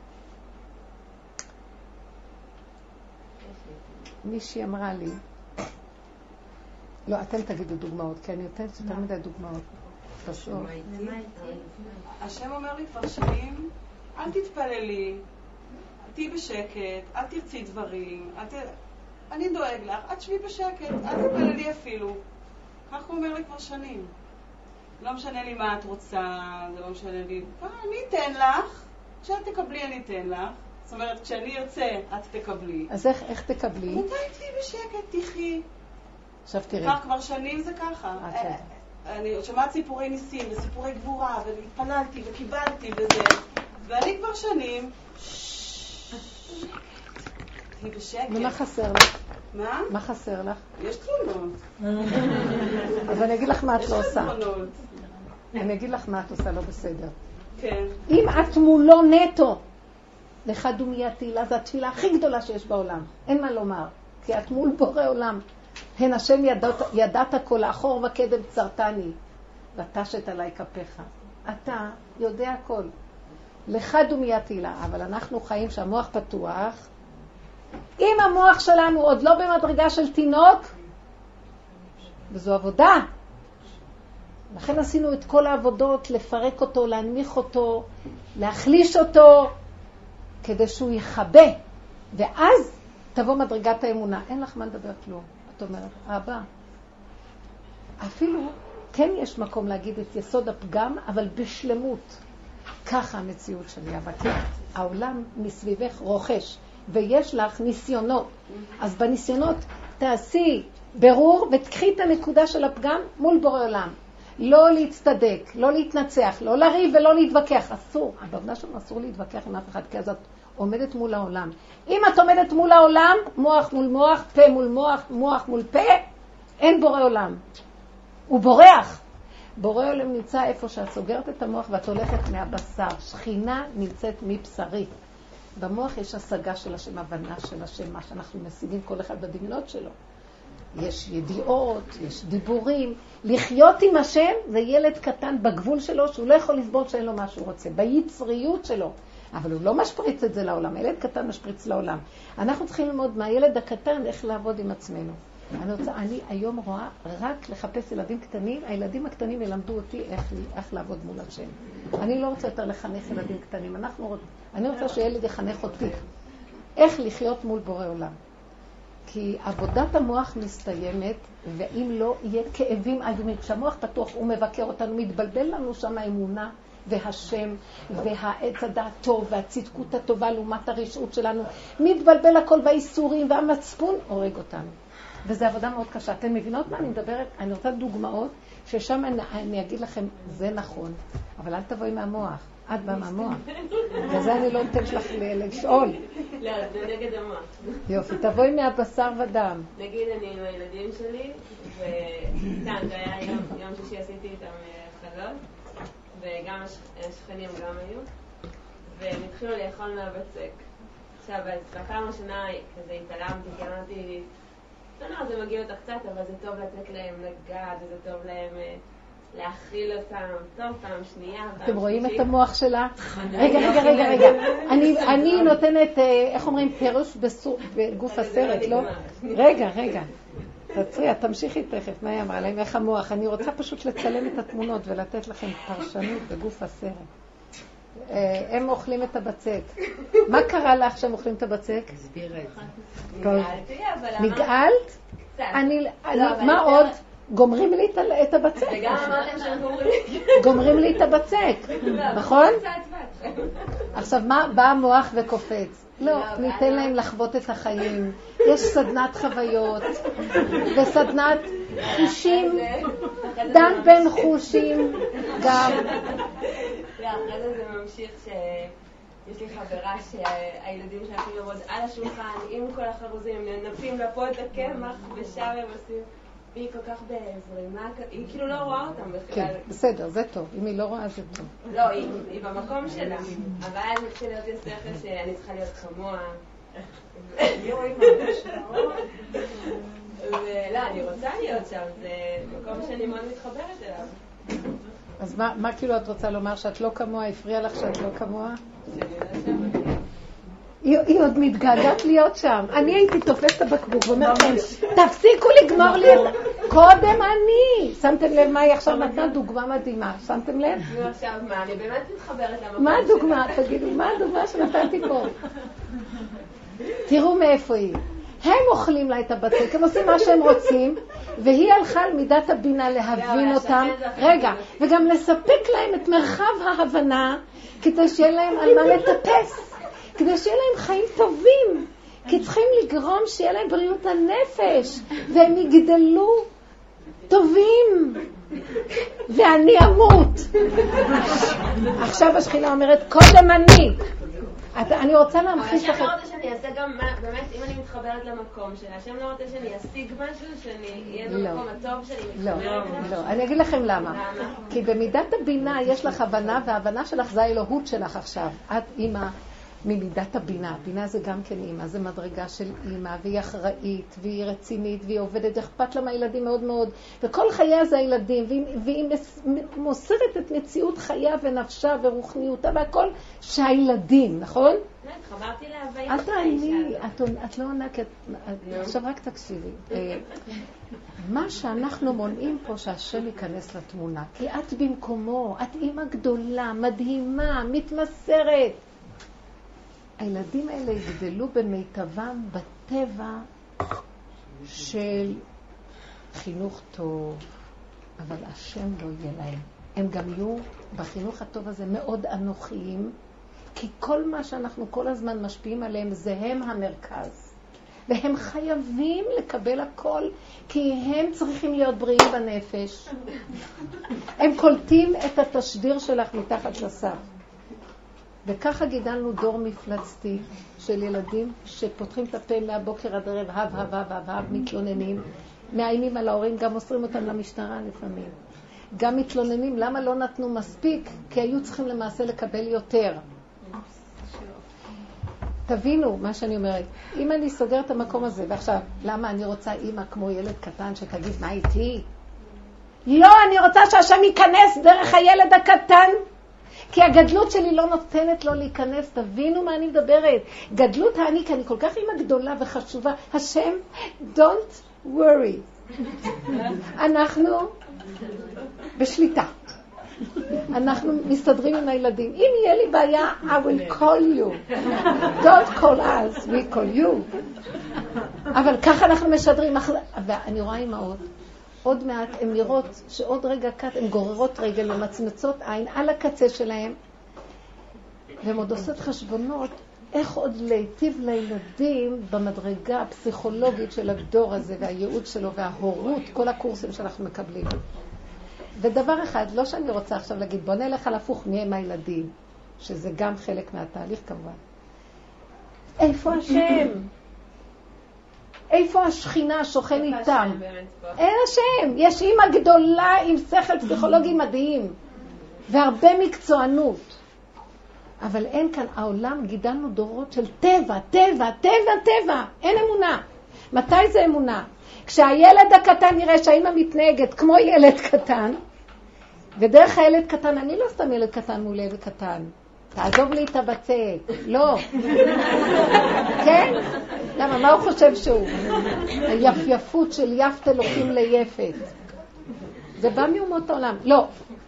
מישהי אמרה לי, לא, אתם תגידו דוגמאות, כי אני נותנת יותר מדי דוגמאות. בסוף. השם אומר לי כבר שנים, אל תתפללי, תהי בשקט, אל תרצי דברים, אני דואג לך, את שבי בשקט, אל תתפללי אפילו. כך הוא אומר לי כבר שנים. לא משנה לי מה את רוצה, זה לא משנה לי, אני אתן לך, כשאת תקבלי אני אתן לך. זאת אומרת, כשאני ארצה, את תקבלי. אז איך תקבלי? מתי תהי בשקט, תחי. עכשיו תראה. כבר שנים זה ככה. אני שמעת סיפורי ניסים וסיפורי גבורה, והתפללתי וקיבלתי וזה, ואני כבר שנים, תהי בשקט. ומה חסר לך? מה? מה חסר לך? יש תלונות. אז אני אגיד לך מה את לא עושה. יש תלונות. אני אגיד לך מה את עושה לא בסדר. כן. אם את מולו נטו, לך דומיה תהילה, זו התפילה הכי גדולה שיש בעולם. אין מה לומר. כי את מול בורא עולם. הן השם ידעת כל האחור וקדם צרתני, ותשת עליי כפיך. אתה יודע הכל. לך דומיה תהילה, אבל אנחנו חיים שהמוח פתוח. אם המוח שלנו עוד לא במדרגה של תינוק, וזו עבודה. לכן עשינו את כל העבודות, לפרק אותו, להנמיך אותו, להחליש אותו, כדי שהוא יחבא. ואז תבוא מדרגת האמונה. אין לך מה לדבר כלום. את זאת אומרת, אבא, אפילו כן יש מקום להגיד את יסוד הפגם, אבל בשלמות. ככה המציאות שלי, אבל כן, העולם מסביבך רוכש, ויש לך ניסיונות. אז בניסיונות תעשי ברור ותקחי את הנקודה של הפגם מול בורא עולם. לא להצטדק, לא להתנצח, לא לריב ולא להתווכח. אסור. בעובדה שלנו אסור להתווכח עם אף אחד, כי אז את עומדת מול העולם. אם את עומדת מול העולם, מוח מול מוח, פה מול מוח, מוח מול פה, אין בורא עולם. הוא בורח. בורא עולם נמצא איפה שאת סוגרת את המוח ואת הולכת מהבשר. שכינה נמצאת מבשרי. במוח יש השגה של השם, הבנה של השם, מה שאנחנו משיגים כל אחד בדמיונות שלו. יש ידיעות, יש דיבורים. לחיות עם השם זה ילד קטן בגבול שלו, שהוא לא יכול לסבול שאין לו מה שהוא רוצה, ביצריות שלו. אבל הוא לא משפריץ את זה לעולם, ילד קטן משפריץ לעולם. אנחנו צריכים ללמוד מהילד הקטן איך לעבוד עם עצמנו. אני היום רואה רק לחפש ילדים קטנים, הילדים הקטנים ילמדו אותי איך לעבוד מול השם. אני לא רוצה יותר לחנך ילדים קטנים, אני רוצה שילד יחנך אותי. איך לחיות מול בורא עולם. כי עבודת המוח מסתיימת, ואם לא יהיה כאבים איומים, כשהמוח פתוח הוא מבקר אותנו, מתבלבל לנו שם האמונה והשם והעץ הדעת טוב והצדקות הטובה לעומת הרשעות שלנו, מתבלבל הכל באיסורים והמצפון הורג אותנו. וזו עבודה מאוד קשה. אתן מבינות מה אני מדברת? אני רוצה דוגמאות ששם אני אגיד לכם, זה נכון, אבל אל תבואי מהמוח. את באה מהמוח. וזה אני לא נותן לך לשאול. לא, זה נגד המוח. יופי, תבואי מהבשר ודם. נגיד אני עם הילדים שלי, ואיתן, זה היה יום שישי עשיתי איתם חלות, וגם השכנים גם היו, והם התחילו לאכול מהבצק. עכשיו, בפעם השנה כזה התעלמתי, כי אמרתי, לא, זה מגיע אותה קצת, אבל זה טוב לתת להם לגעת, וזה טוב להם להכיל אותם, טוב, פעם שנייה. אתם רואים את המוח שלה? רגע. אני נותנת, איך אומרים, פירוש בגוף הסרט, לא? רגע. תצריע, תמשיכי תכף, מה היא אמרה להם, איך המוח? אני רוצה פשוט לצלם את התמונות ולתת לכם פרשנות בגוף הסרט. הם אוכלים את הבצק. מה קרה לך שהם אוכלים את הבצק? נגעלת? מה עוד? גומרים לי את הבצק. וגם אמרתם שהם גומרים לי את הבצק, נכון? עכשיו, מה בא המוח וקופץ? לא, ניתן להם לחוות את החיים. יש סדנת חוויות וסדנת חושים, דן בין חושים גם. אחרי זה ממשיך שיש לי חברה שהילדים שהולכים לעבוד על השולחן עם כל החרוזים, הם נפים לפה את הקמח ושם הם עושים, והיא כל כך בזרימה, היא כאילו לא רואה אותם בכלל. כן, בסדר, זה טוב. אם היא לא רואה, זה טוב. לא, היא במקום שלה. אבל אז התחיל להיות לי שכל שאני צריכה להיות כמוה. אני רואה ממש. ולא, אני רוצה להיות שם, זה מקום שאני מאוד מתחברת אליו. אז מה כאילו את רוצה לומר שאת לא כמוה, הפריע לך שאת לא כמוה? היא עוד מתגעגעת להיות שם. אני הייתי תופסת הבקבוק ואומרת להם, תפסיקו לגמור לי את... קודם אני! שמתם לב מה היא עכשיו נתנה? דוגמה מדהימה. שמתם לב? נו עכשיו מה? אני באמת מתחברת למקום שלה. מה הדוגמה? תגידו, מה הדוגמה שנתתי פה? תראו מאיפה היא. הם אוכלים לה את הבצק, הם עושים מה שהם רוצים, והיא הלכה על מידת הבינה להבין אותם, רגע, וגם לספק להם את מרחב ההבנה, כדי שיהיה להם על מה לטפס, כדי שיהיה להם חיים טובים, כי צריכים לגרום שיהיה להם בריאות הנפש, והם יגדלו טובים, ואני אמות. עכשיו השכינה אומרת, קודם אני רוצה להמחיש לכם. השם לא רוצה שאני אעשה גם, באמת, אם אני מתחברת למקום שלה, השם לא רוצה שאני אשיג משהו, שאני אהיה במקום הטוב שלי מתחברת אליו. לא, אני אגיד לכם למה. כי במידת הבינה יש לך הבנה, וההבנה שלך זה האלוהות שלך עכשיו. את אימא ממידת הבינה. הבינה זה גם כן אימא, זה מדרגה של אימא, והיא אחראית, והיא רצינית, והיא עובדת, אכפת לה מהילדים מאוד מאוד, וכל חייה זה הילדים, והיא מוסרת את מציאות חייה ונפשה ורוחניותה, והכל שהילדים, נכון? חברתי להוויה. אל תעני, את לא עונה, עכשיו רק תקשיבי. מה שאנחנו מונעים פה שהשם ייכנס לתמונה, כי את במקומו, את אימא גדולה, מדהימה, מתמסרת. הילדים האלה יגדלו במיטבם בטבע של חינוך טוב, אבל השם לא יהיה להם. הם גם יהיו בחינוך הטוב הזה מאוד אנוכיים, כי כל מה שאנחנו כל הזמן משפיעים עליהם זה הם המרכז. והם חייבים לקבל הכל, כי הם צריכים להיות בריאים בנפש. הם קולטים את התשדיר שלך מתחת לסף. וככה גידלנו דור מפלצתי של ילדים שפותחים את הפה מהבוקר עד ערב, הב, מתלוננים, מאיימים על ההורים, גם מוסרים אותם למשטרה לפעמים. גם מתלוננים, למה לא נתנו מספיק? כי היו צריכים למעשה לקבל יותר. תבינו מה שאני אומרת. אם אני סוגר את המקום הזה, ועכשיו, למה אני רוצה אימא כמו ילד קטן שתגיד מה איתי? לא, אני רוצה שהשם ייכנס דרך הילד הקטן, כי הגדלות שלי לא נותנת לו להיכנס. תבינו מה אני מדברת. גדלות העני, כי אני כל כך אימא גדולה וחשובה. השם, don't worry. אנחנו בשליטה. אנחנו מסתדרים עם הילדים. אם יהיה לי בעיה, I will call you. Don't call us, we call you. אבל ככה אנחנו משדרים. ואני רואה אמהות, עוד מעט הן נראות שעוד רגע קט, הן גוררות רגל ומצמצות עין על הקצה שלהם, והן עוד עושות חשבונות איך עוד להיטיב לילדים במדרגה הפסיכולוגית של הדור הזה והייעוד שלו וההורות, כל הקורסים שאנחנו מקבלים. ודבר אחד, לא שאני רוצה עכשיו להגיד, בוא נלך על הפוך מי הם הילדים, שזה גם חלק מהתהליך כמובן. איפה השם? איפה השכינה שוכן איתם? אין השם. יש אימא גדולה עם שכל פסיכולוגי מדהים והרבה מקצוענות. אבל אין כאן, העולם גידלנו דורות של טבע, טבע, טבע, טבע. אין אמונה. מתי זה אמונה? כשהילד הקטן יראה שהאימא מתנהגת כמו ילד קטן, ודרך הילד קטן, אני לא סתם ילד קטן מול ילד קטן. תעזוב לי את הבצק. לא. כן? למה? מה הוא חושב שהוא? היפייפות של יפת אלוקים ליפת. זה בא מאומות העולם. לא.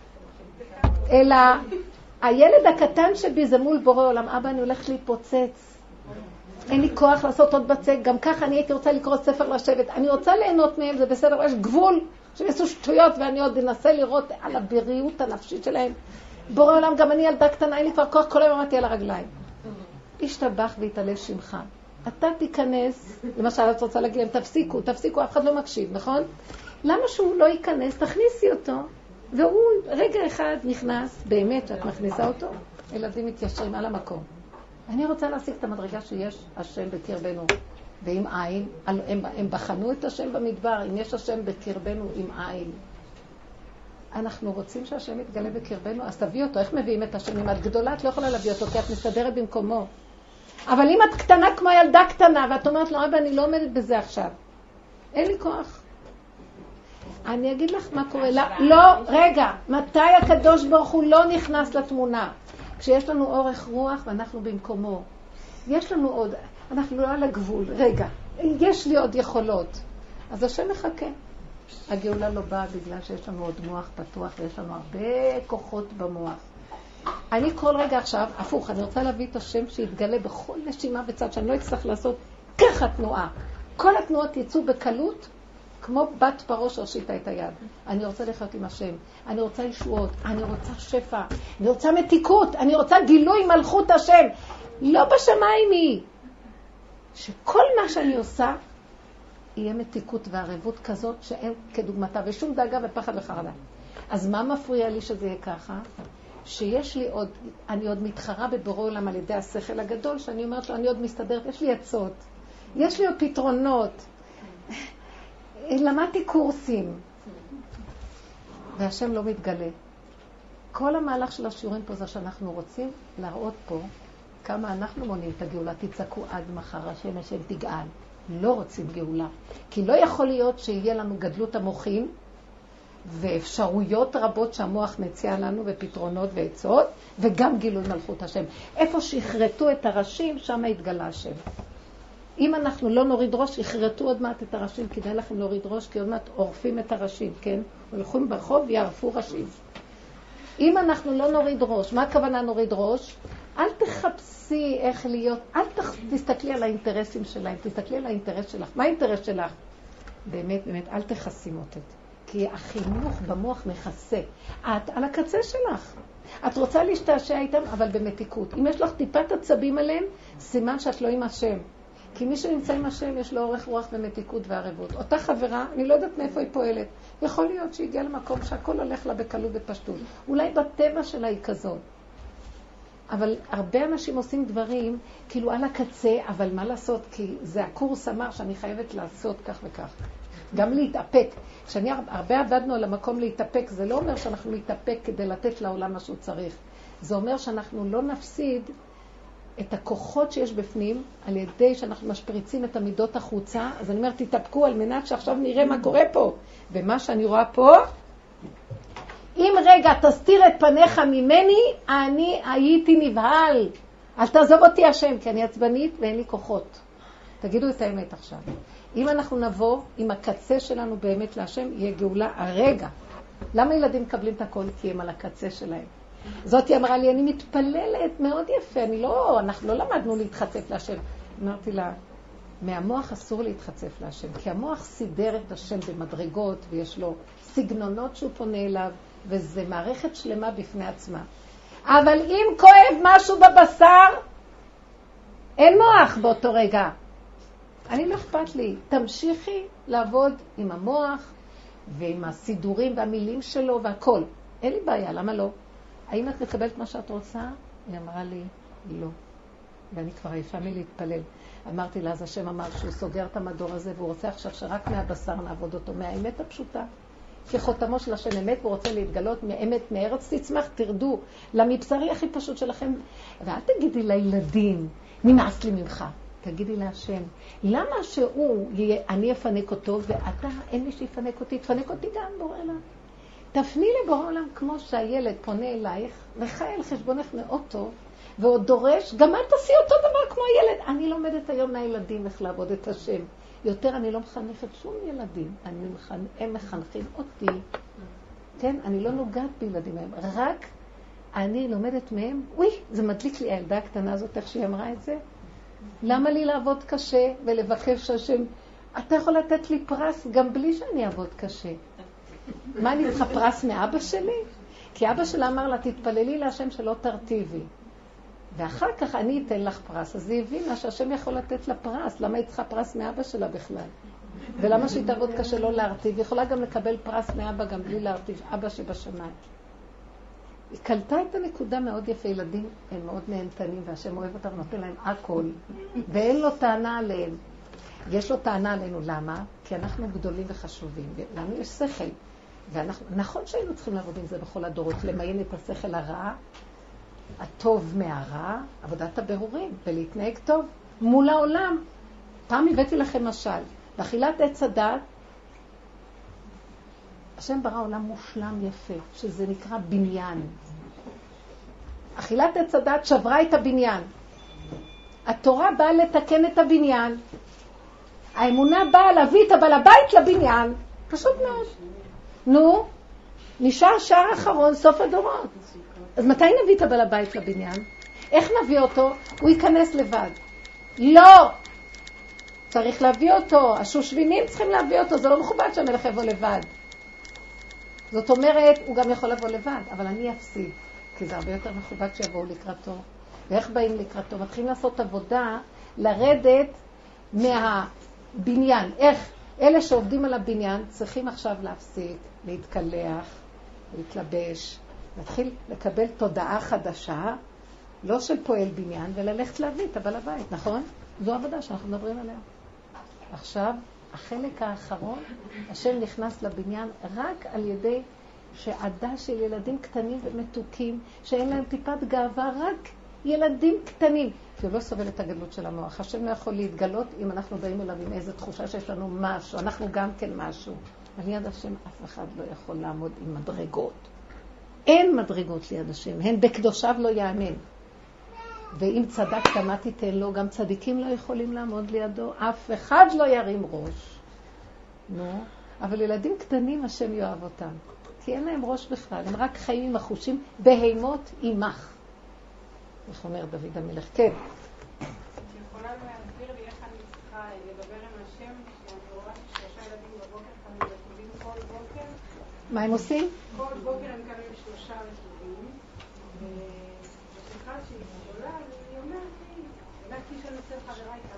אלא הילד הקטן שבי זה מול בורא עולם. אבא, אני הולכת להתפוצץ. אין לי כוח לעשות עוד בצק. גם ככה אני הייתי רוצה לקרוא ספר לשבת. אני רוצה ליהנות מהם, זה בסדר. יש גבול שיעשו שטויות ואני עוד אנסה לראות על הבריאות הנפשית שלהם. בורא עולם, גם אני ילדה קטנה, אין לי כבר כוח, כל היום עמדתי על הרגליים. השתבח והתעלה שמך. אתה תיכנס, למשל את רוצה להגיד להם, תפסיקו, אף אחד לא מקשיב, נכון? למה שהוא לא ייכנס? תכניסי אותו, והוא רגע אחד נכנס, באמת שאת מכניסה אותו, ילדים מתיישרים על המקום. אני רוצה להשיג את המדרגה שיש השם בקרבנו, ועם עין, הם בחנו את השם במדבר, אם יש השם בקרבנו עם עין. אנחנו רוצים שהשם יתגלה בקרבנו, אז תביא אותו. איך מביאים את השם? אם את גדולה, את לא יכולה להביא אותו, כי את מסתדרת במקומו. אבל אם את קטנה כמו ילדה קטנה, ואת אומרת לו, אבא, אני לא עומדת בזה עכשיו. אין לי כוח. אני אגיד לך מה קורה. לא, רגע, מתי הקדוש ברוך הוא לא נכנס לתמונה? כשיש לנו אורך רוח ואנחנו במקומו. יש לנו עוד, אנחנו לא על הגבול. רגע, יש לי עוד יכולות. אז השם מחכה. הגאולה לא באה בגלל שיש לנו עוד מוח פתוח ויש לנו הרבה כוחות במוח. אני כל רגע עכשיו, הפוך, אני רוצה להביא את השם שיתגלה בכל נשימה בצד, שאני לא אצטרך לעשות ככה תנועה. כל התנועות יצאו בקלות, כמו בת פרעה שהושיטה את היד. אני רוצה לחיות עם השם, אני רוצה ישועות, אני רוצה שפע, אני רוצה מתיקות, אני רוצה גילוי מלכות השם. לא בשמיים היא. שכל מה שאני עושה, יהיה מתיקות וערבות כזאת שאין כדוגמתה, ושום דאגה ופחד וחרדה. אז מה מפריע לי שזה יהיה ככה? שיש לי עוד, אני עוד מתחרה בבורא עולם על ידי השכל הגדול, שאני אומרת לו, אני עוד מסתדרת, יש לי עצות, יש לי עוד פתרונות, למדתי קורסים, והשם לא מתגלה. כל המהלך של השיעורים פה זה שאנחנו רוצים להראות פה כמה אנחנו מונים את הגאולה. תצעקו עד מחר, השם תגאל. לא רוצים גאולה. כי לא יכול להיות שיהיה לנו גדלות המוחים ואפשרויות רבות שהמוח מציע לנו ופתרונות ועצות, וגם גילוי מלכות השם. איפה שיחרטו את הראשים, שם יתגלה השם. אם אנחנו לא נוריד ראש, יחרטו עוד מעט את הראשים. כדאי לכם להוריד ראש, כי עוד מעט עורפים את הראשים, כן? הולכים ברחוב ויערפו ראשים. אם אנחנו לא נוריד ראש, מה הכוונה נוריד ראש? אל תחפשי איך להיות, אל תסתכלי על האינטרסים שלהם, תסתכלי על האינטרס שלך. מה האינטרס שלך? באמת, באמת, אל תכסי מוטט. כי החינוך במוח מכסה. את על הקצה שלך. את רוצה להשתעשע איתם, אבל במתיקות. אם יש לך טיפת עצבים עליהם, סימן שאת לא עם השם. כי מי שנמצא עם השם יש לו אורך רוח ומתיקות וערבות. אותה חברה, אני לא יודעת מאיפה היא פועלת. יכול להיות שהיא הגיעה למקום שהכל הולך לה בקלות ופשטות. אולי בטבע שלה היא כזאת. אבל הרבה אנשים עושים דברים כאילו על הקצה, אבל מה לעשות? כי זה הקורס אמר שאני חייבת לעשות כך וכך. גם להתאפק. הרבה עבדנו על המקום להתאפק, זה לא אומר שאנחנו להתאפק כדי לתת לעולם מה שהוא צריך. זה אומר שאנחנו לא נפסיד את הכוחות שיש בפנים על ידי שאנחנו משפריצים את המידות החוצה. אז אני אומרת, תתאפקו על מנת שעכשיו נראה מה קורה פה. ומה שאני רואה פה, אם רגע תסתיר את פניך ממני, אני הייתי נבהל. אל תעזוב אותי השם, כי אני עצבנית ואין לי כוחות. תגידו את האמת עכשיו. אם אנחנו נבוא עם הקצה שלנו באמת להשם, יהיה גאולה הרגע. למה ילדים מקבלים את הכל? כי הם על הקצה שלהם. זאת היא אמרה לי, אני מתפללת מאוד יפה, אנחנו לא למדנו להתחצף להשם. אמרתי לה, מהמוח אסור להתחצף להשם, כי המוח סידר את השם במדרגות, ויש לו סגנונות שהוא פונה אליו, וזה מערכת שלמה בפני עצמה. אבל אם כואב משהו בבשר, אין מוח באותו רגע. אני לא אכפת לי, תמשיכי לעבוד עם המוח, ועם הסידורים והמילים שלו והכל. אין לי בעיה, למה לא? האם את מקבלת מה שאת רוצה? היא אמרה לי, לא. ואני כבר עייפה מלהתפלל. אמרתי לה, אז השם אמר שהוא סוגר את המדור הזה, והוא רוצה עכשיו שרק מהבשר נעבוד אותו, מהאמת הפשוטה. כחותמו של השם אמת, והוא רוצה להתגלות מאמת, מארץ תצמח, תרדו למבשרי הכי פשוט שלכם. ואל תגידי לילדים, נמאס לי ממך. תגידי להשם, למה אני אפנק אותו, ואתה, אין מי שיפנק אותי, תפנק אותי גם, בורא עולם. תפני לבורא עולם כמו שהילד פונה אלייך, וחי על חשבונך מאוד טוב, ועוד דורש, גם את תעשי אותו דבר כמו הילד. אני לומדת היום מהילדים איך לעבוד את השם. יותר אני לא מחנכת שום ילדים, הם מחנכים אותי. כן, אני לא נוגעת בילדים מהם, רק אני לומדת מהם. זה מדליק לי הילדה הקטנה הזאת, איך שהיא אמרה את זה. למה לי לעבוד קשה ולבקש השם? אתה יכול לתת לי פרס גם בלי שאני אעבוד קשה. מה, אני צריכה פרס מאבא שלי? כי אבא שלה אמר לה, תתפללי להשם שלא תרטיבי. ואחר כך אני אתן לך פרס. אז היא הבינה שהשם יכול לתת לה פרס. למה היא צריכה פרס מאבא שלה בכלל? ולמה שהיא תעבוד קשה לא להרטיב? היא יכולה גם לקבל פרס מאבא גם בלי להרטיב. אבא שבשמיים. היא קלטה את הנקודה מאוד יפה. ילדים הם מאוד נהנתנים, והשם אוהב אותם, נותן להם הכל. ואין לו טענה עליהם. יש לו טענה עלינו. למה? כי אנחנו גדולים וחשובים. לנו יש שכל. נכון שהיינו צריכים לעבוד עם זה בכל הדורות, למיין את השכל הרע, הטוב מהרע, עבודת הבירורים, ולהתנהג טוב מול העולם. פעם הבאתי לכם משל, באכילת עץ הדת, השם ברא עולם מושלם יפה, שזה נקרא בניין. אכילת עץ הדת שברה את הבניין. התורה באה לתקן את הבניין. האמונה באה להביא את הבעל הבית לבניין. פשוט מאוד. נו, נשאר שער אחרון, סוף הדורות. אז מתי נביא את הבעל הבית לבניין? איך נביא אותו? הוא ייכנס לבד. לא! צריך להביא אותו. השושבינים צריכים להביא אותו. זה לא מכובד שהמלך יבוא לבד. זאת אומרת, הוא גם יכול לבוא לבד, אבל אני אפסיד. כי זה הרבה יותר מכובד שיבואו לקראתו. ואיך באים לקראתו? מתחילים לעשות עבודה, לרדת מהבניין. איך? אלה שעובדים על הבניין צריכים עכשיו להפסיק, להתקלח, להתלבש, להתחיל לקבל תודעה חדשה, לא של פועל בניין, וללכת להביא את הבעל הבית, נכון? זו עבודה שאנחנו מדברים עליה. עכשיו, החלק האחרון, השם נכנס לבניין רק על ידי שעדה של ילדים קטנים ומתוקים, שאין להם טיפת גאווה, רק ילדים קטנים. כי הוא לא סובל את הגדלות של המוח. השם לא יכול להתגלות אם אנחנו באים אליו עם איזו תחושה שיש לנו משהו, אנחנו גם כן משהו. על יד השם אף אחד לא יכול לעמוד עם מדרגות. אין מדרגות ליד השם, הן בקדושיו לא יאמן. ואם צדקת מה תיתן לו, גם צדיקים לא יכולים לעמוד לידו, אף אחד לא ירים ראש. נו, אבל ילדים קטנים השם יאהב אותם, כי אין להם ראש בכלל, הם רק חיים עם החושים, בהימות עמך. איך אומר דוד המלך? כן. את יכולה להסביר לי איך אני צריכה לדבר עם השם, שאני רואה ששלושה ילדים מה הם עושים? כל בוקר הם קמים 3 רטובים, ואחד שהיא גדולה, היא אומרת לי, הלכתי לישון אצל חברה איתה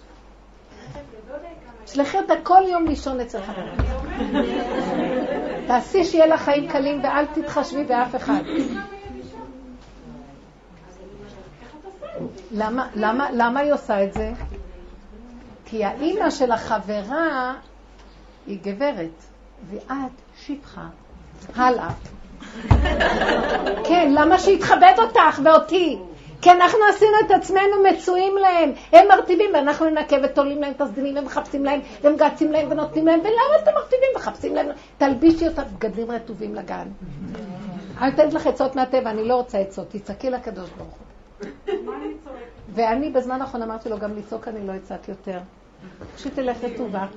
בירשה. שלחי אותה כל יום לישון אצל חברה. תעשי שיהיה לה חיים קלים ואל תתחשבי באף אחד. למה היא עושה את זה? כי האימא של החברה היא גברת, ואת שפחה. הלאה. כן, למה שיתכבד אותך ואותי? כי אנחנו עשינו את עצמנו מצויים להם. הם מרטיבים ואנחנו ננקה ותולים להם את הסדינים ומחפשים להם ומגצים להם ונותנים להם. ולמה אתם מרטיבים ומחפשים להם? תלבישי אותם בגדים רטובים לגן. אני אתן לך עצות מהטבע, אני לא רוצה עצות. תצעקי לקדוש ברוך הוא. ואני בזמן האחרון אמרתי לו, גם לצעוק אני לא הצעתי יותר. שתלך רטובה.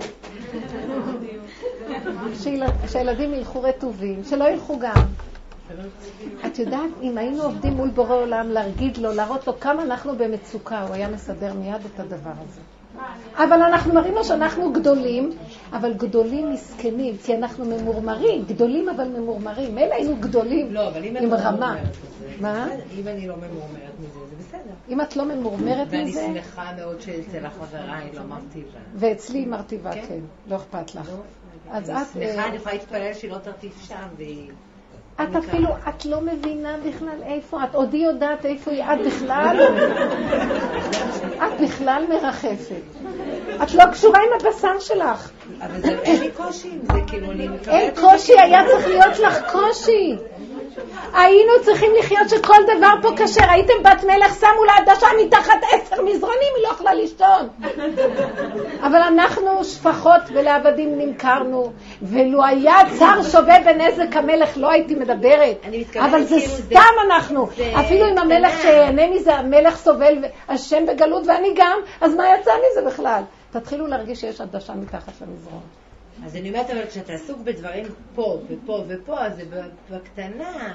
שילדים ילכו רטובים, שלא ילכו גם. את יודעת, אם היינו עובדים מול בורא עולם, להרגיד לו, להראות לו כמה אנחנו במצוקה, הוא היה מסדר מיד את הדבר הזה. אבל אנחנו מראים לו שאנחנו גדולים, אבל גדולים מסכנים, כי אנחנו ממורמרים, גדולים אבל ממורמרים. אלה היינו גדולים עם רמה. מה? אם אני לא ממורמרת מזה, זה בסדר. אם את לא ממורמרת מזה... ואני שמחה מאוד שאצל החברה היא לא מרטיבה. ואצלי היא מרטיבה, כן. לא אכפת לך. אז את... שמחה, אני יכולה להתפלל שהיא לא תרטיב שם והיא... את אפילו, את לא מבינה בכלל איפה, את עודי יודעת איפה היא, את בכלל, את בכלל מרחפת. את לא קשורה עם הבשר שלך. אבל זה אין לי קושי, זה כאילו אני מקבלת... אין קושי, היה צריך להיות לך קושי. היינו צריכים לחיות שכל דבר פה קשר. הייתם בת מלך, שמו לה עדשה מתחת 10 מזרונים, היא לא יכלה לישון. אבל אנחנו שפחות ולעבדים נמכרנו, ולו היה צר שווה בנזק המלך לא הייתי מדברת. אבל זה סתם אנחנו. אפילו אם המלך שיהנה מזה, המלך סובל, השם בגלות ואני גם, אז מה יצא מזה בכלל? תתחילו להרגיש שיש עדשה מתחת למזרון. אז אני אומרת, אבל כשאתה עסוק בדברים פה ופה ופה, אז זה בקטנה.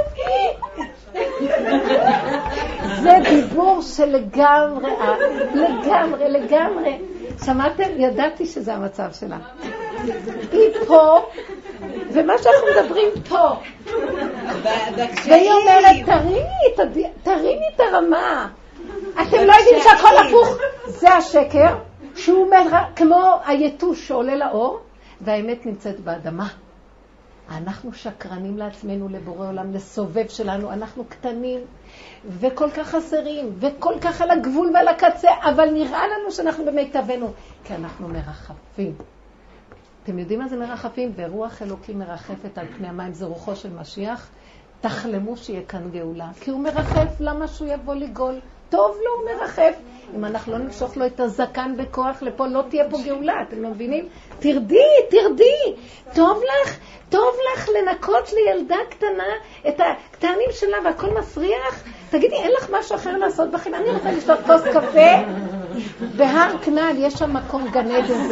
זה דיבור שלגמרי, לגמרי. שמעתם? ידעתי שזה המצב שלה. היא פה, ומה שאנחנו מדברים פה. והיא אומרת, תרימי את הרמה. אתם לא יודעים שהכל הפוך. זה השקר. שהוא כמו היתוש שעולה לאור, והאמת נמצאת באדמה. אנחנו שקרנים לעצמנו, לבורא עולם, לסובב שלנו, אנחנו קטנים וכל כך חסרים, וכל כך על הגבול ועל הקצה, אבל נראה לנו שאנחנו במיטבנו, כי אנחנו מרחפים. אתם יודעים מה זה מרחפים? ורוח אלוקים מרחפת על פני המים, זה רוחו של משיח. תחלמו שיהיה כאן גאולה, כי הוא מרחף, למה שהוא יבוא לגאול? טוב לו, הוא מרחף. אם אנחנו לא נמשוך לו את הזקן בכוח לפה, לא תהיה פה גאולה, אתם לא מבינים? תרדי. טוב לך לנקות לילדה קטנה את הקטנים שלה והכל מפריח. תגידי, אין לך משהו אחר לעשות בכם? אני רוצה לשתות כוס קפה בהר כנען, יש שם מקום גן עדן.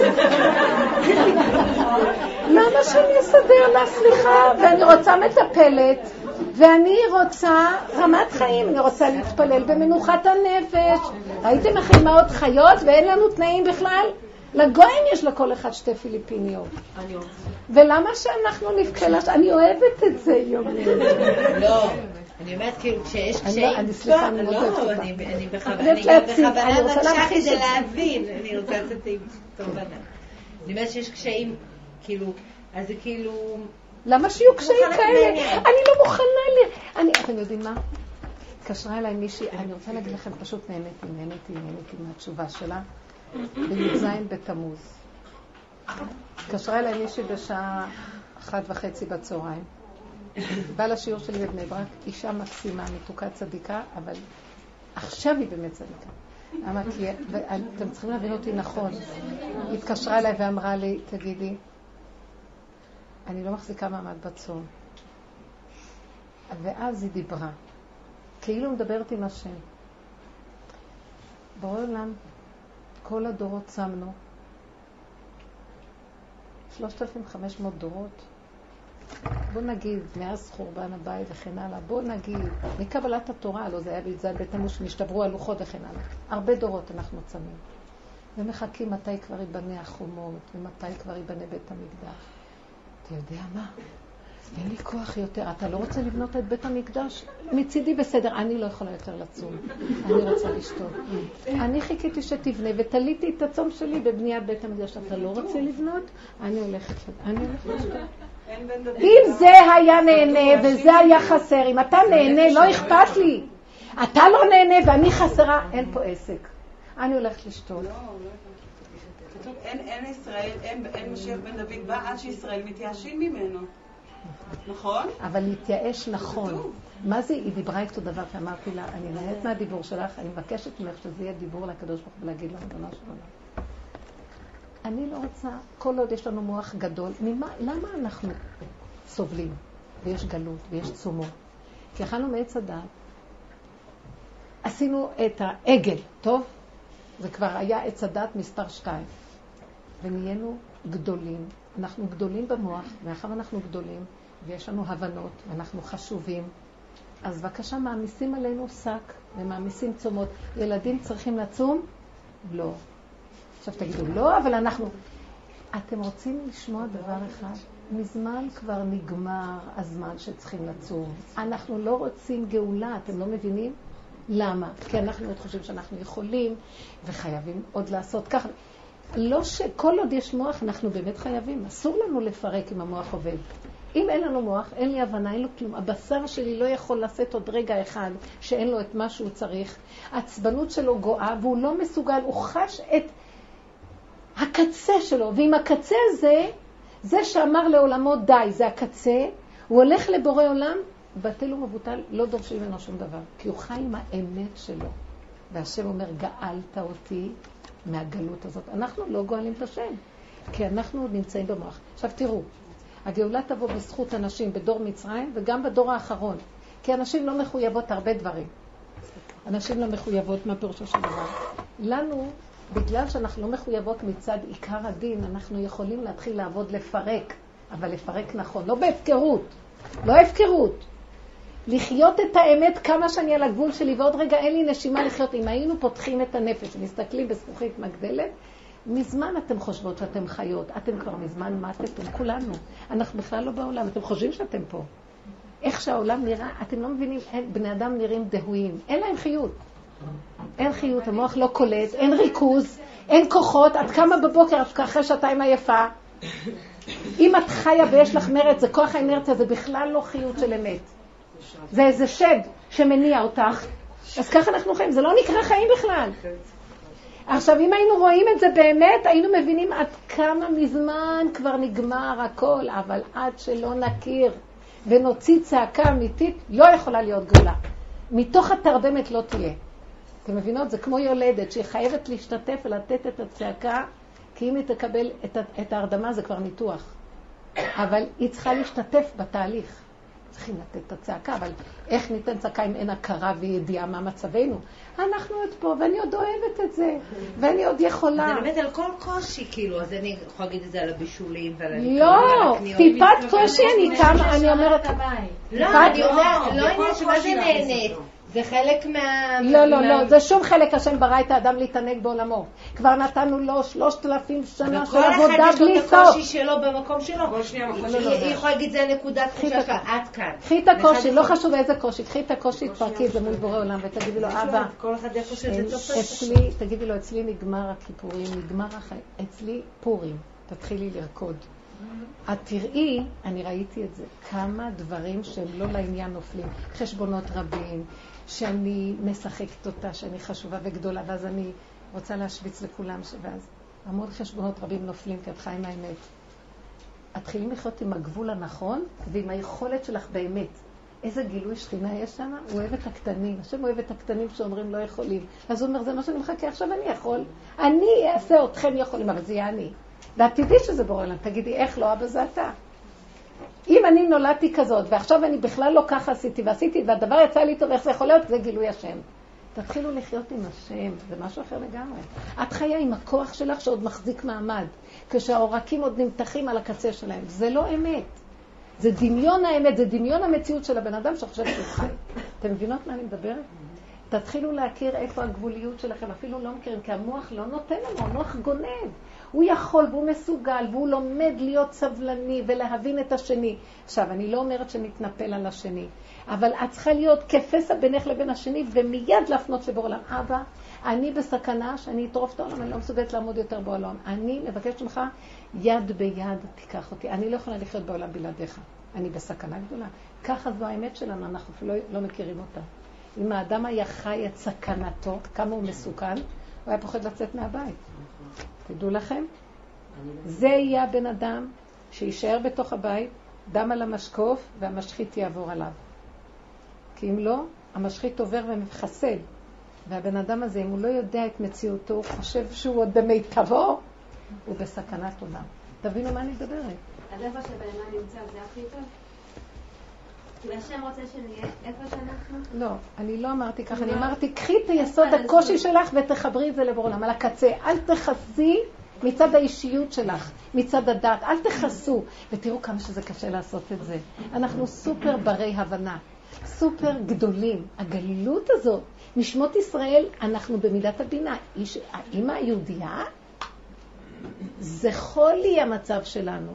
למה שאני אסדר לה? סליחה, ואני רוצה מטפלת. ואני רוצה רמת חיים, אני רוצה להתפלל במנוחת הנפש. ראיתם איך אימהות חיות ואין לנו תנאים בכלל? לגויים יש לכל אחד 2 פיליפיניות. ולמה שאנחנו נבכה לה? אני אוהבת את זה, יומי. לא, אני אומרת כאילו כשיש קשיים... אני סליחה, אני מודדת אותה. אני בכוונה מקשה כדי להבין. אני רוצה לצאת עם תובנה. אני אומרת שיש קשיים, כאילו, אז זה כאילו... למה שיהיו קשיים כאלה? אני לא מוכנה אתם יודעים מה? התקשרה אליי מישהי, אני רוצה להגיד לכם, פשוט נהניתי מהתשובה שלה, בי"ז בתמוז. התקשרה אליי מישהי בשעה 1:30 בצהריים. באה לשיעור שלי בבני ברק, אישה מקסימה, מתוקה צדיקה, אבל עכשיו היא באמת צדיקה. אמרתי, אתם צריכים להבין אותי נכון. היא התקשרה אליי ואמרה לי, תגידי, אני לא מחזיקה מעמד בצום. ואז היא דיברה. כאילו מדברת עם השם. ברור עולם, כל הדורות שמנו. 3,500 דורות. בוא נגיד, מאז חורבן הבית וכן הלאה. בוא נגיד, מקבלת התורה, לא זה היה בי"ז בתמוז שנשתברו הלוחות וכן הלאה. הרבה דורות אנחנו צמים. ומחכים מתי כבר ייבנה החומות, ומתי כבר ייבנה בית המקדש. אתה יודע מה? אין לי כוח יותר. אתה לא רוצה לבנות את בית המקדש? מצידי בסדר, אני לא יכולה יותר לצום. אני רוצה לשתות. אני חיכיתי שתבנה ותליתי את הצום שלי בבניית בית המקדש. אתה לא רוצה לבנות? אני הולכת לשתות. אם זה היה נהנה וזה היה חסר, אם אתה נהנה, לא אכפת לי. אתה לא נהנה ואני חסרה, אין פה עסק. אני הולכת לשתות. אין ישראל, אין משיח בן דוד בא עד שישראל מתייאשים ממנו. נכון? אבל להתייאש נכון. מה זה? היא דיברה איתו דבר ואמרתי לה, אני נהנית מהדיבור שלך, אני מבקשת ממך שזה יהיה דיבור לקדוש ברוך הוא ולהגיד לו, ריבונו של עולם. אני לא רוצה, כל עוד יש לנו מוח גדול, למה אנחנו סובלים? ויש גלות ויש צומות. כי אכלנו מעץ הדעת, עשינו את העגל, טוב? זה כבר היה עץ הדעת מספר 2. ונהיינו גדולים. אנחנו גדולים במוח, מאחר אנחנו גדולים, ויש לנו הבנות, ואנחנו חשובים. אז בבקשה, מעמיסים עלינו שק, ומעמיסים צומות. ילדים צריכים לצום? לא. עכשיו תגידו, לא, אבל אנחנו... אתם רוצים לשמוע דבר אחד? מזמן כבר נגמר הזמן שצריכים לצום. אנחנו לא רוצים גאולה, אתם לא מבינים? למה? כי אנחנו עוד חושבים שאנחנו יכולים, וחייבים עוד לעשות ככה. לא שכל עוד יש מוח אנחנו באמת חייבים. אסור לנו לפרק אם המוח עובד. אם אין לנו מוח, אין לי הבנה, אין לו כלום. הבשר שלי לא יכול לשאת עוד רגע אחד שאין לו את מה שהוא צריך. העצבנות שלו גואה והוא לא מסוגל, הוא חש את הקצה שלו. ועם הקצה הזה, זה שאמר לעולמו די, זה הקצה, הוא הולך לבורא עולם, בטל ומבוטל, לא דורשים ממנו שום דבר. כי הוא חי עם האמת שלו. והשם אומר, גאלת אותי מהגלות הזאת. אנחנו לא גואלים את השם, כי אנחנו עוד נמצאים במוח. עכשיו תראו, הגאולה תבוא בזכות אנשים בדור מצרים וגם בדור האחרון, כי אנשים לא מחויבות הרבה דברים. אנשים לא מחויבות מהפירושו של דבר. לנו, בגלל שאנחנו לא מחויבות מצד עיקר הדין, אנחנו יכולים להתחיל לעבוד לפרק, אבל לפרק נכון, לא בהפקרות, לא הפקרות. לחיות את האמת כמה שאני על הגבול שלי, ועוד רגע אין לי נשימה לחיות. אם היינו פותחים את הנפש, מסתכלים בזכוכית מגדלת, מזמן אתם חושבות שאתם חיות, אתם כבר מזמן מתתם, כולנו. אנחנו בכלל לא בעולם, אתם חושבים שאתם פה. איך שהעולם נראה, אתם לא מבינים, בני אדם נראים דהויים, אין להם חיות. אין חיות, המוח לא קולט, אין ריכוז, אין כוחות, את קמה בבוקר, את אחרי שעתיים עייפה. אם את חיה ויש לך מרץ, זה כוח האנרציה, זה בכלל לא חיות של אמת. זה איזה שד שמניע אותך, אז ככה אנחנו חיים, זה לא נקרא חיים בכלל. עכשיו, אם היינו רואים את זה באמת, היינו מבינים עד כמה מזמן כבר נגמר הכל, אבל עד שלא נכיר ונוציא צעקה אמיתית, לא יכולה להיות גאולה. מתוך התרדמת לא תהיה. אתם מבינות? זה כמו יולדת שהיא חייבת להשתתף ולתת את הצעקה, כי אם היא תקבל את ההרדמה זה כבר ניתוח. אבל היא צריכה להשתתף בתהליך. צריכים לתת את הצעקה, אבל איך ניתן צעקה אם אין הכרה וידיעה מה מצבנו? אנחנו עוד פה, ואני עוד אוהבת את זה, ואני עוד יכולה. זה באמת על כל קושי, כאילו, אז אני יכולה להגיד את זה על הבישולים ועל לא, טיפת קושי אני כמה, אני אומרת... לא, אני יודעת, לא עניין שמה זה נהנית. זה חלק מה... לא, זה שום חלק השם ברא את האדם להתענג בעולמו. כבר נתנו לו 3,000 שנה של עבודה בלי סוף. וכל אחד יש לו את הקושי שלו במקום שלו. היא יכולה להגיד זה נקודת תחושה שלה, עד כאן. קחי את הקושי, לא חשוב איזה קושי, קחי את הקושי, תפרקי את זה מול בורא עולם ותגידי לו, אבא, כל אחד איפה שזה תופס. אצלי, תגידי לו, אצלי נגמר הכיפורים, נגמר החיים, אצלי פורים, תתחילי לרקוד. את תראי, אני ראיתי את זה, כמה דברים שהם לא לעניין נופלים, חשבונות רבים, שאני משחקת אותה, שאני חשובה וגדולה, ואז אני רוצה להשוויץ לכולם, ואז המון חשבונות רבים נופלים, כי את חיים האמת. את תחילים לחיות עם הגבול הנכון, ועם היכולת שלך באמת. איזה גילוי שכינה יש שם? הוא אוהב את הקטנים. השם אוהב את הקטנים שאומרים לא יכולים. אז הוא אומר, זה מה שאני מחכה, עכשיו אני יכול. אני אעשה אתכם יכולים, אבל זה יהיה אני. ואת תדעי שזה בורא עולם, תגידי, איך לא, אבא זה אתה. אם אני נולדתי כזאת, ועכשיו אני בכלל לא ככה עשיתי, ועשיתי, והדבר יצא לי טוב, איך זה יכול להיות? זה גילוי השם. תתחילו לחיות עם השם, זה משהו אחר לגמרי. את חיה עם הכוח שלך שעוד מחזיק מעמד, כשהעורקים עוד נמתחים על הקצה שלהם. זה לא אמת. זה דמיון האמת, זה דמיון המציאות של הבן אדם שחושב שהוא חי. אתם מבינות מה אני מדברת? תתחילו להכיר איפה הגבוליות שלכם, אפילו לא מכירים, כי המוח לא נותן לנו, המוח גונב. הוא יכול והוא מסוגל והוא לומד להיות סבלני ולהבין את השני. עכשיו, אני לא אומרת שנתנפל על השני, אבל את צריכה להיות כפסע בינך לבין השני ומיד להפנות לבור עולם. אבא, אני בסכנה שאני אטרוף את העולם, אני לא מסוגלת לעמוד יותר בעולם. אני מבקשת ממך, יד ביד תיקח אותי. אני לא יכולה לחיות בעולם בלעדיך. אני בסכנה גדולה. ככה זו האמת שלנו, אנחנו אפילו לא מכירים אותה. אם האדם היה חי את סכנתו, כמה הוא מסוכן, הוא היה פוחד לצאת מהבית. תדעו לכם, זה יהיה הבן אדם שישאר בתוך הבית, דם על המשקוף והמשחית יעבור עליו. כי אם לא, המשחית עובר ומחסד. והבן אדם הזה, אם הוא לא יודע את מציאותו, הוא חושב שהוא עוד במיטבו, הוא בסכנת עולם. תבינו מה אני מדברת. אז איפה שבן אדם נמצא זה הכי טוב? כי השם רוצה שנהיה איפה שאנחנו? לא, אני לא אמרתי ככה, אני אמרתי, קחי את היסוד הקושי שלך ותחברי את זה לבור עולם, על הקצה, אל תחסי מצד האישיות שלך, מצד הדת, אל תחסו, ותראו כמה שזה קשה לעשות את זה. אנחנו סופר ברי הבנה, סופר גדולים. הגלילות הזאת, נשמות ישראל, אנחנו במידת הבינה. האמא היהודייה, זה חולי המצב שלנו.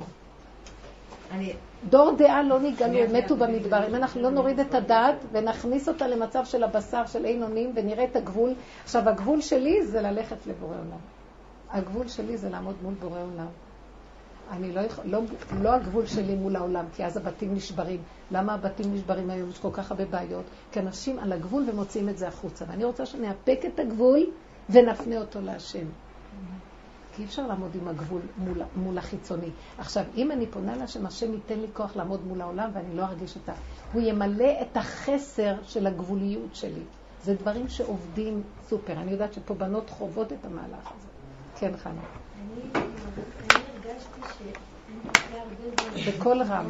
דור דעה לא נגלו, מתו במדבר. אם אנחנו לא נוריד את הדעת ונכניס אותה למצב של הבשר, של אין אונים, ונראה את הגבול. עכשיו, הגבול שלי זה ללכת לבורא עולם. הגבול שלי זה לעמוד מול בורא עולם. אני לא הגבול שלי מול העולם, כי אז הבתים נשברים. למה הבתים נשברים היום? יש כל כך הרבה בעיות. כי אנשים על הגבול ומוצאים את זה החוצה. ואני רוצה שנאפק את הגבול ונפנה אותו להשם. כי אי אפשר לעמוד עם הגבול מול החיצוני. עכשיו, אם אני פונה להשם, השם ייתן לי כוח לעמוד מול העולם ואני לא ארגיש אותה. הוא ימלא את החסר של הגבוליות שלי. זה דברים שעובדים סופר. אני יודעת שפה בנות חוות את המהלך הזה. כן, חנה. אני הרגשתי שאני בכל רם.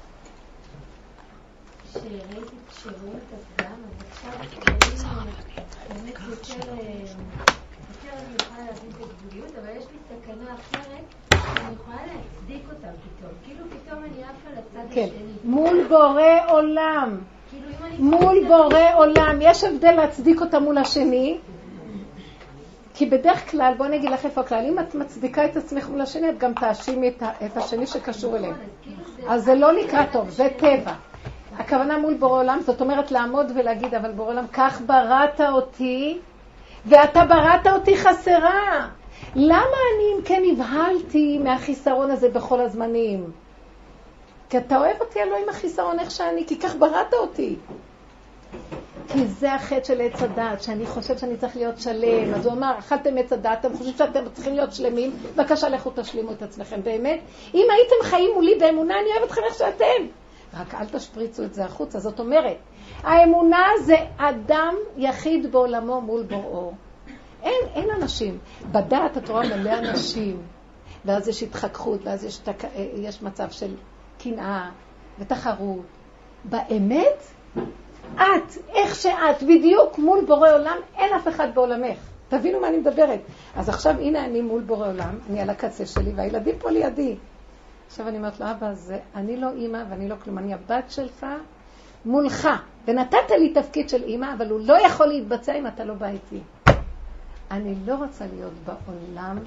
שראיתי את הפגם, אז עכשיו באמת יותר אני יכולה להבין את הגבוליות, אבל יש לי סכנה אחרת שאני יכולה להצדיק אותם פתאום. כאילו פתאום אני עפה לצד השני. מול בורא עולם. מול בורא עולם. יש הבדל להצדיק אותם מול השני. כי בדרך כלל, בוא נגיד לך איפה הכלל, אם את מצדיקה את עצמך מול השני, את גם תאשימי את השני שקשור אליהם. אז זה לא נקרא טוב, זה טבע. הכוונה מול בורא עולם, זאת אומרת לעמוד ולהגיד, אבל בורא עולם, כך בראת אותי, ואתה בראת אותי חסרה. למה אני אם כן הבהלתי מהחיסרון הזה בכל הזמנים? כי אתה אוהב אותי אלוהים החיסרון איך שאני, כי כך בראת אותי. כי זה החטא של עץ הדעת, שאני חושב שאני צריך להיות שלם. אז הוא אמר, אכלתם עץ הדעת, אתם חושבים שאתם צריכים להיות שלמים, בבקשה לכו תשלימו את עצמכם. באמת, אם הייתם חיים מולי באמונה, אני אוהב אתכם איך שאתם. רק אל תשפריצו את זה החוצה. זאת אומרת, האמונה זה אדם יחיד בעולמו מול בוראו. אין אנשים. בדעת את רואה מלא אנשים, ואז יש התחככות, ואז יש מצב של קנאה ותחרות. באמת, את, איך שאת, בדיוק מול בורא עולם, אין אף אחד בעולמך. תבינו מה אני מדברת. אז עכשיו הנה אני מול בורא עולם, אני על הקצה שלי, והילדים פה לידי. עכשיו אני אומרת לו, אבא, אני לא אמא ואני לא כלום, אני הבת שלך מולך. ונתת לי תפקיד של אמא, אבל הוא לא יכול להתבצע אם אתה לא בא איתי. אני לא רוצה להיות בעולם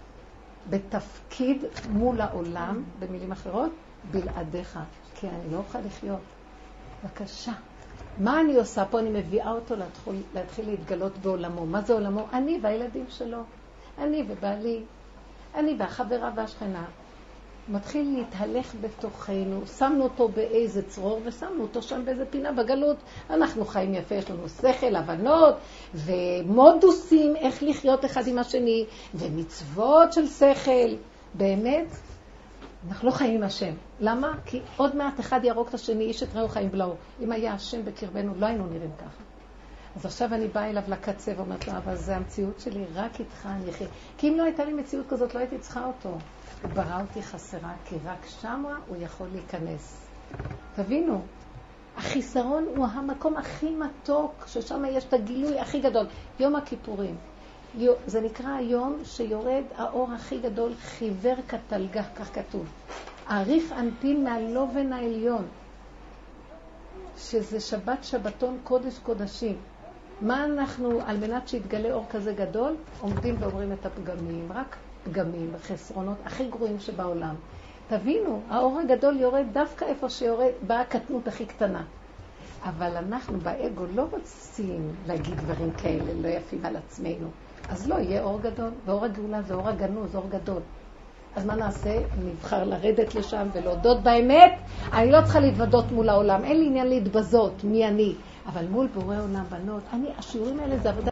בתפקיד מול העולם, במילים אחרות, בלעדיך, כי אני לא אוכל לחיות. בבקשה. מה אני עושה פה? אני מביאה אותו להתחיל להתגלות בעולמו. מה זה עולמו? אני והילדים שלו. אני ובעלי. אני והחברה והשכנה. מתחיל להתהלך בתוכנו. שמנו אותו באיזה צרור ושמנו אותו שם באיזה פינה בגלות. אנחנו חיים יפה, יש לנו שכל, הבנות ומודוסים איך לחיות אחד עם השני ומצוות של שכל. באמת, אנחנו לא חיים עם השם. למה? כי עוד מעט אחד ירוק את השני, איש את רעהו חיים בלעו. אם היה השם בקרבנו, לא היינו נראים ככה. אז עכשיו אני באה אליו לקצה ואומרת לו, אבל זה המציאות שלי, רק איתך אני אחי. כי אם לא הייתה לי מציאות כזאת, לא הייתי צריכה אותו. הוא ברא אותי חסרה, כי רק שמה הוא יכול להיכנס. תבינו, החיסרון הוא המקום הכי מתוק, ששם יש את הגילוי הכי גדול. יום הכיפורים. זה נקרא היום שיורד האור הכי גדול, חיוור כתלגח, כך כתוב. עריף אנפין מהלובן העליון, שזה שבת שבתון קודש קודשים. מה אנחנו, על מנת שיתגלה אור כזה גדול, עומדים ואומרים את הפגמים, רק פגמים, חסרונות הכי גרועים שבעולם. תבינו, האור הגדול יורד דווקא איפה שיורד, באה הקטנות הכי קטנה. אבל אנחנו באגו לא רוצים להגיד דברים כאלה, לא יפים על עצמנו. אז לא, יהיה אור גדול, ואור הגאולה זה אור הגנוז, אור גדול. אז מה נעשה? נבחר לרדת לשם ולהודות באמת. אני לא צריכה להתוודות מול העולם, אין לי עניין להתבזות, מי אני. אבל מול בורא עולם בנות, השיעורים האלה זה עבודה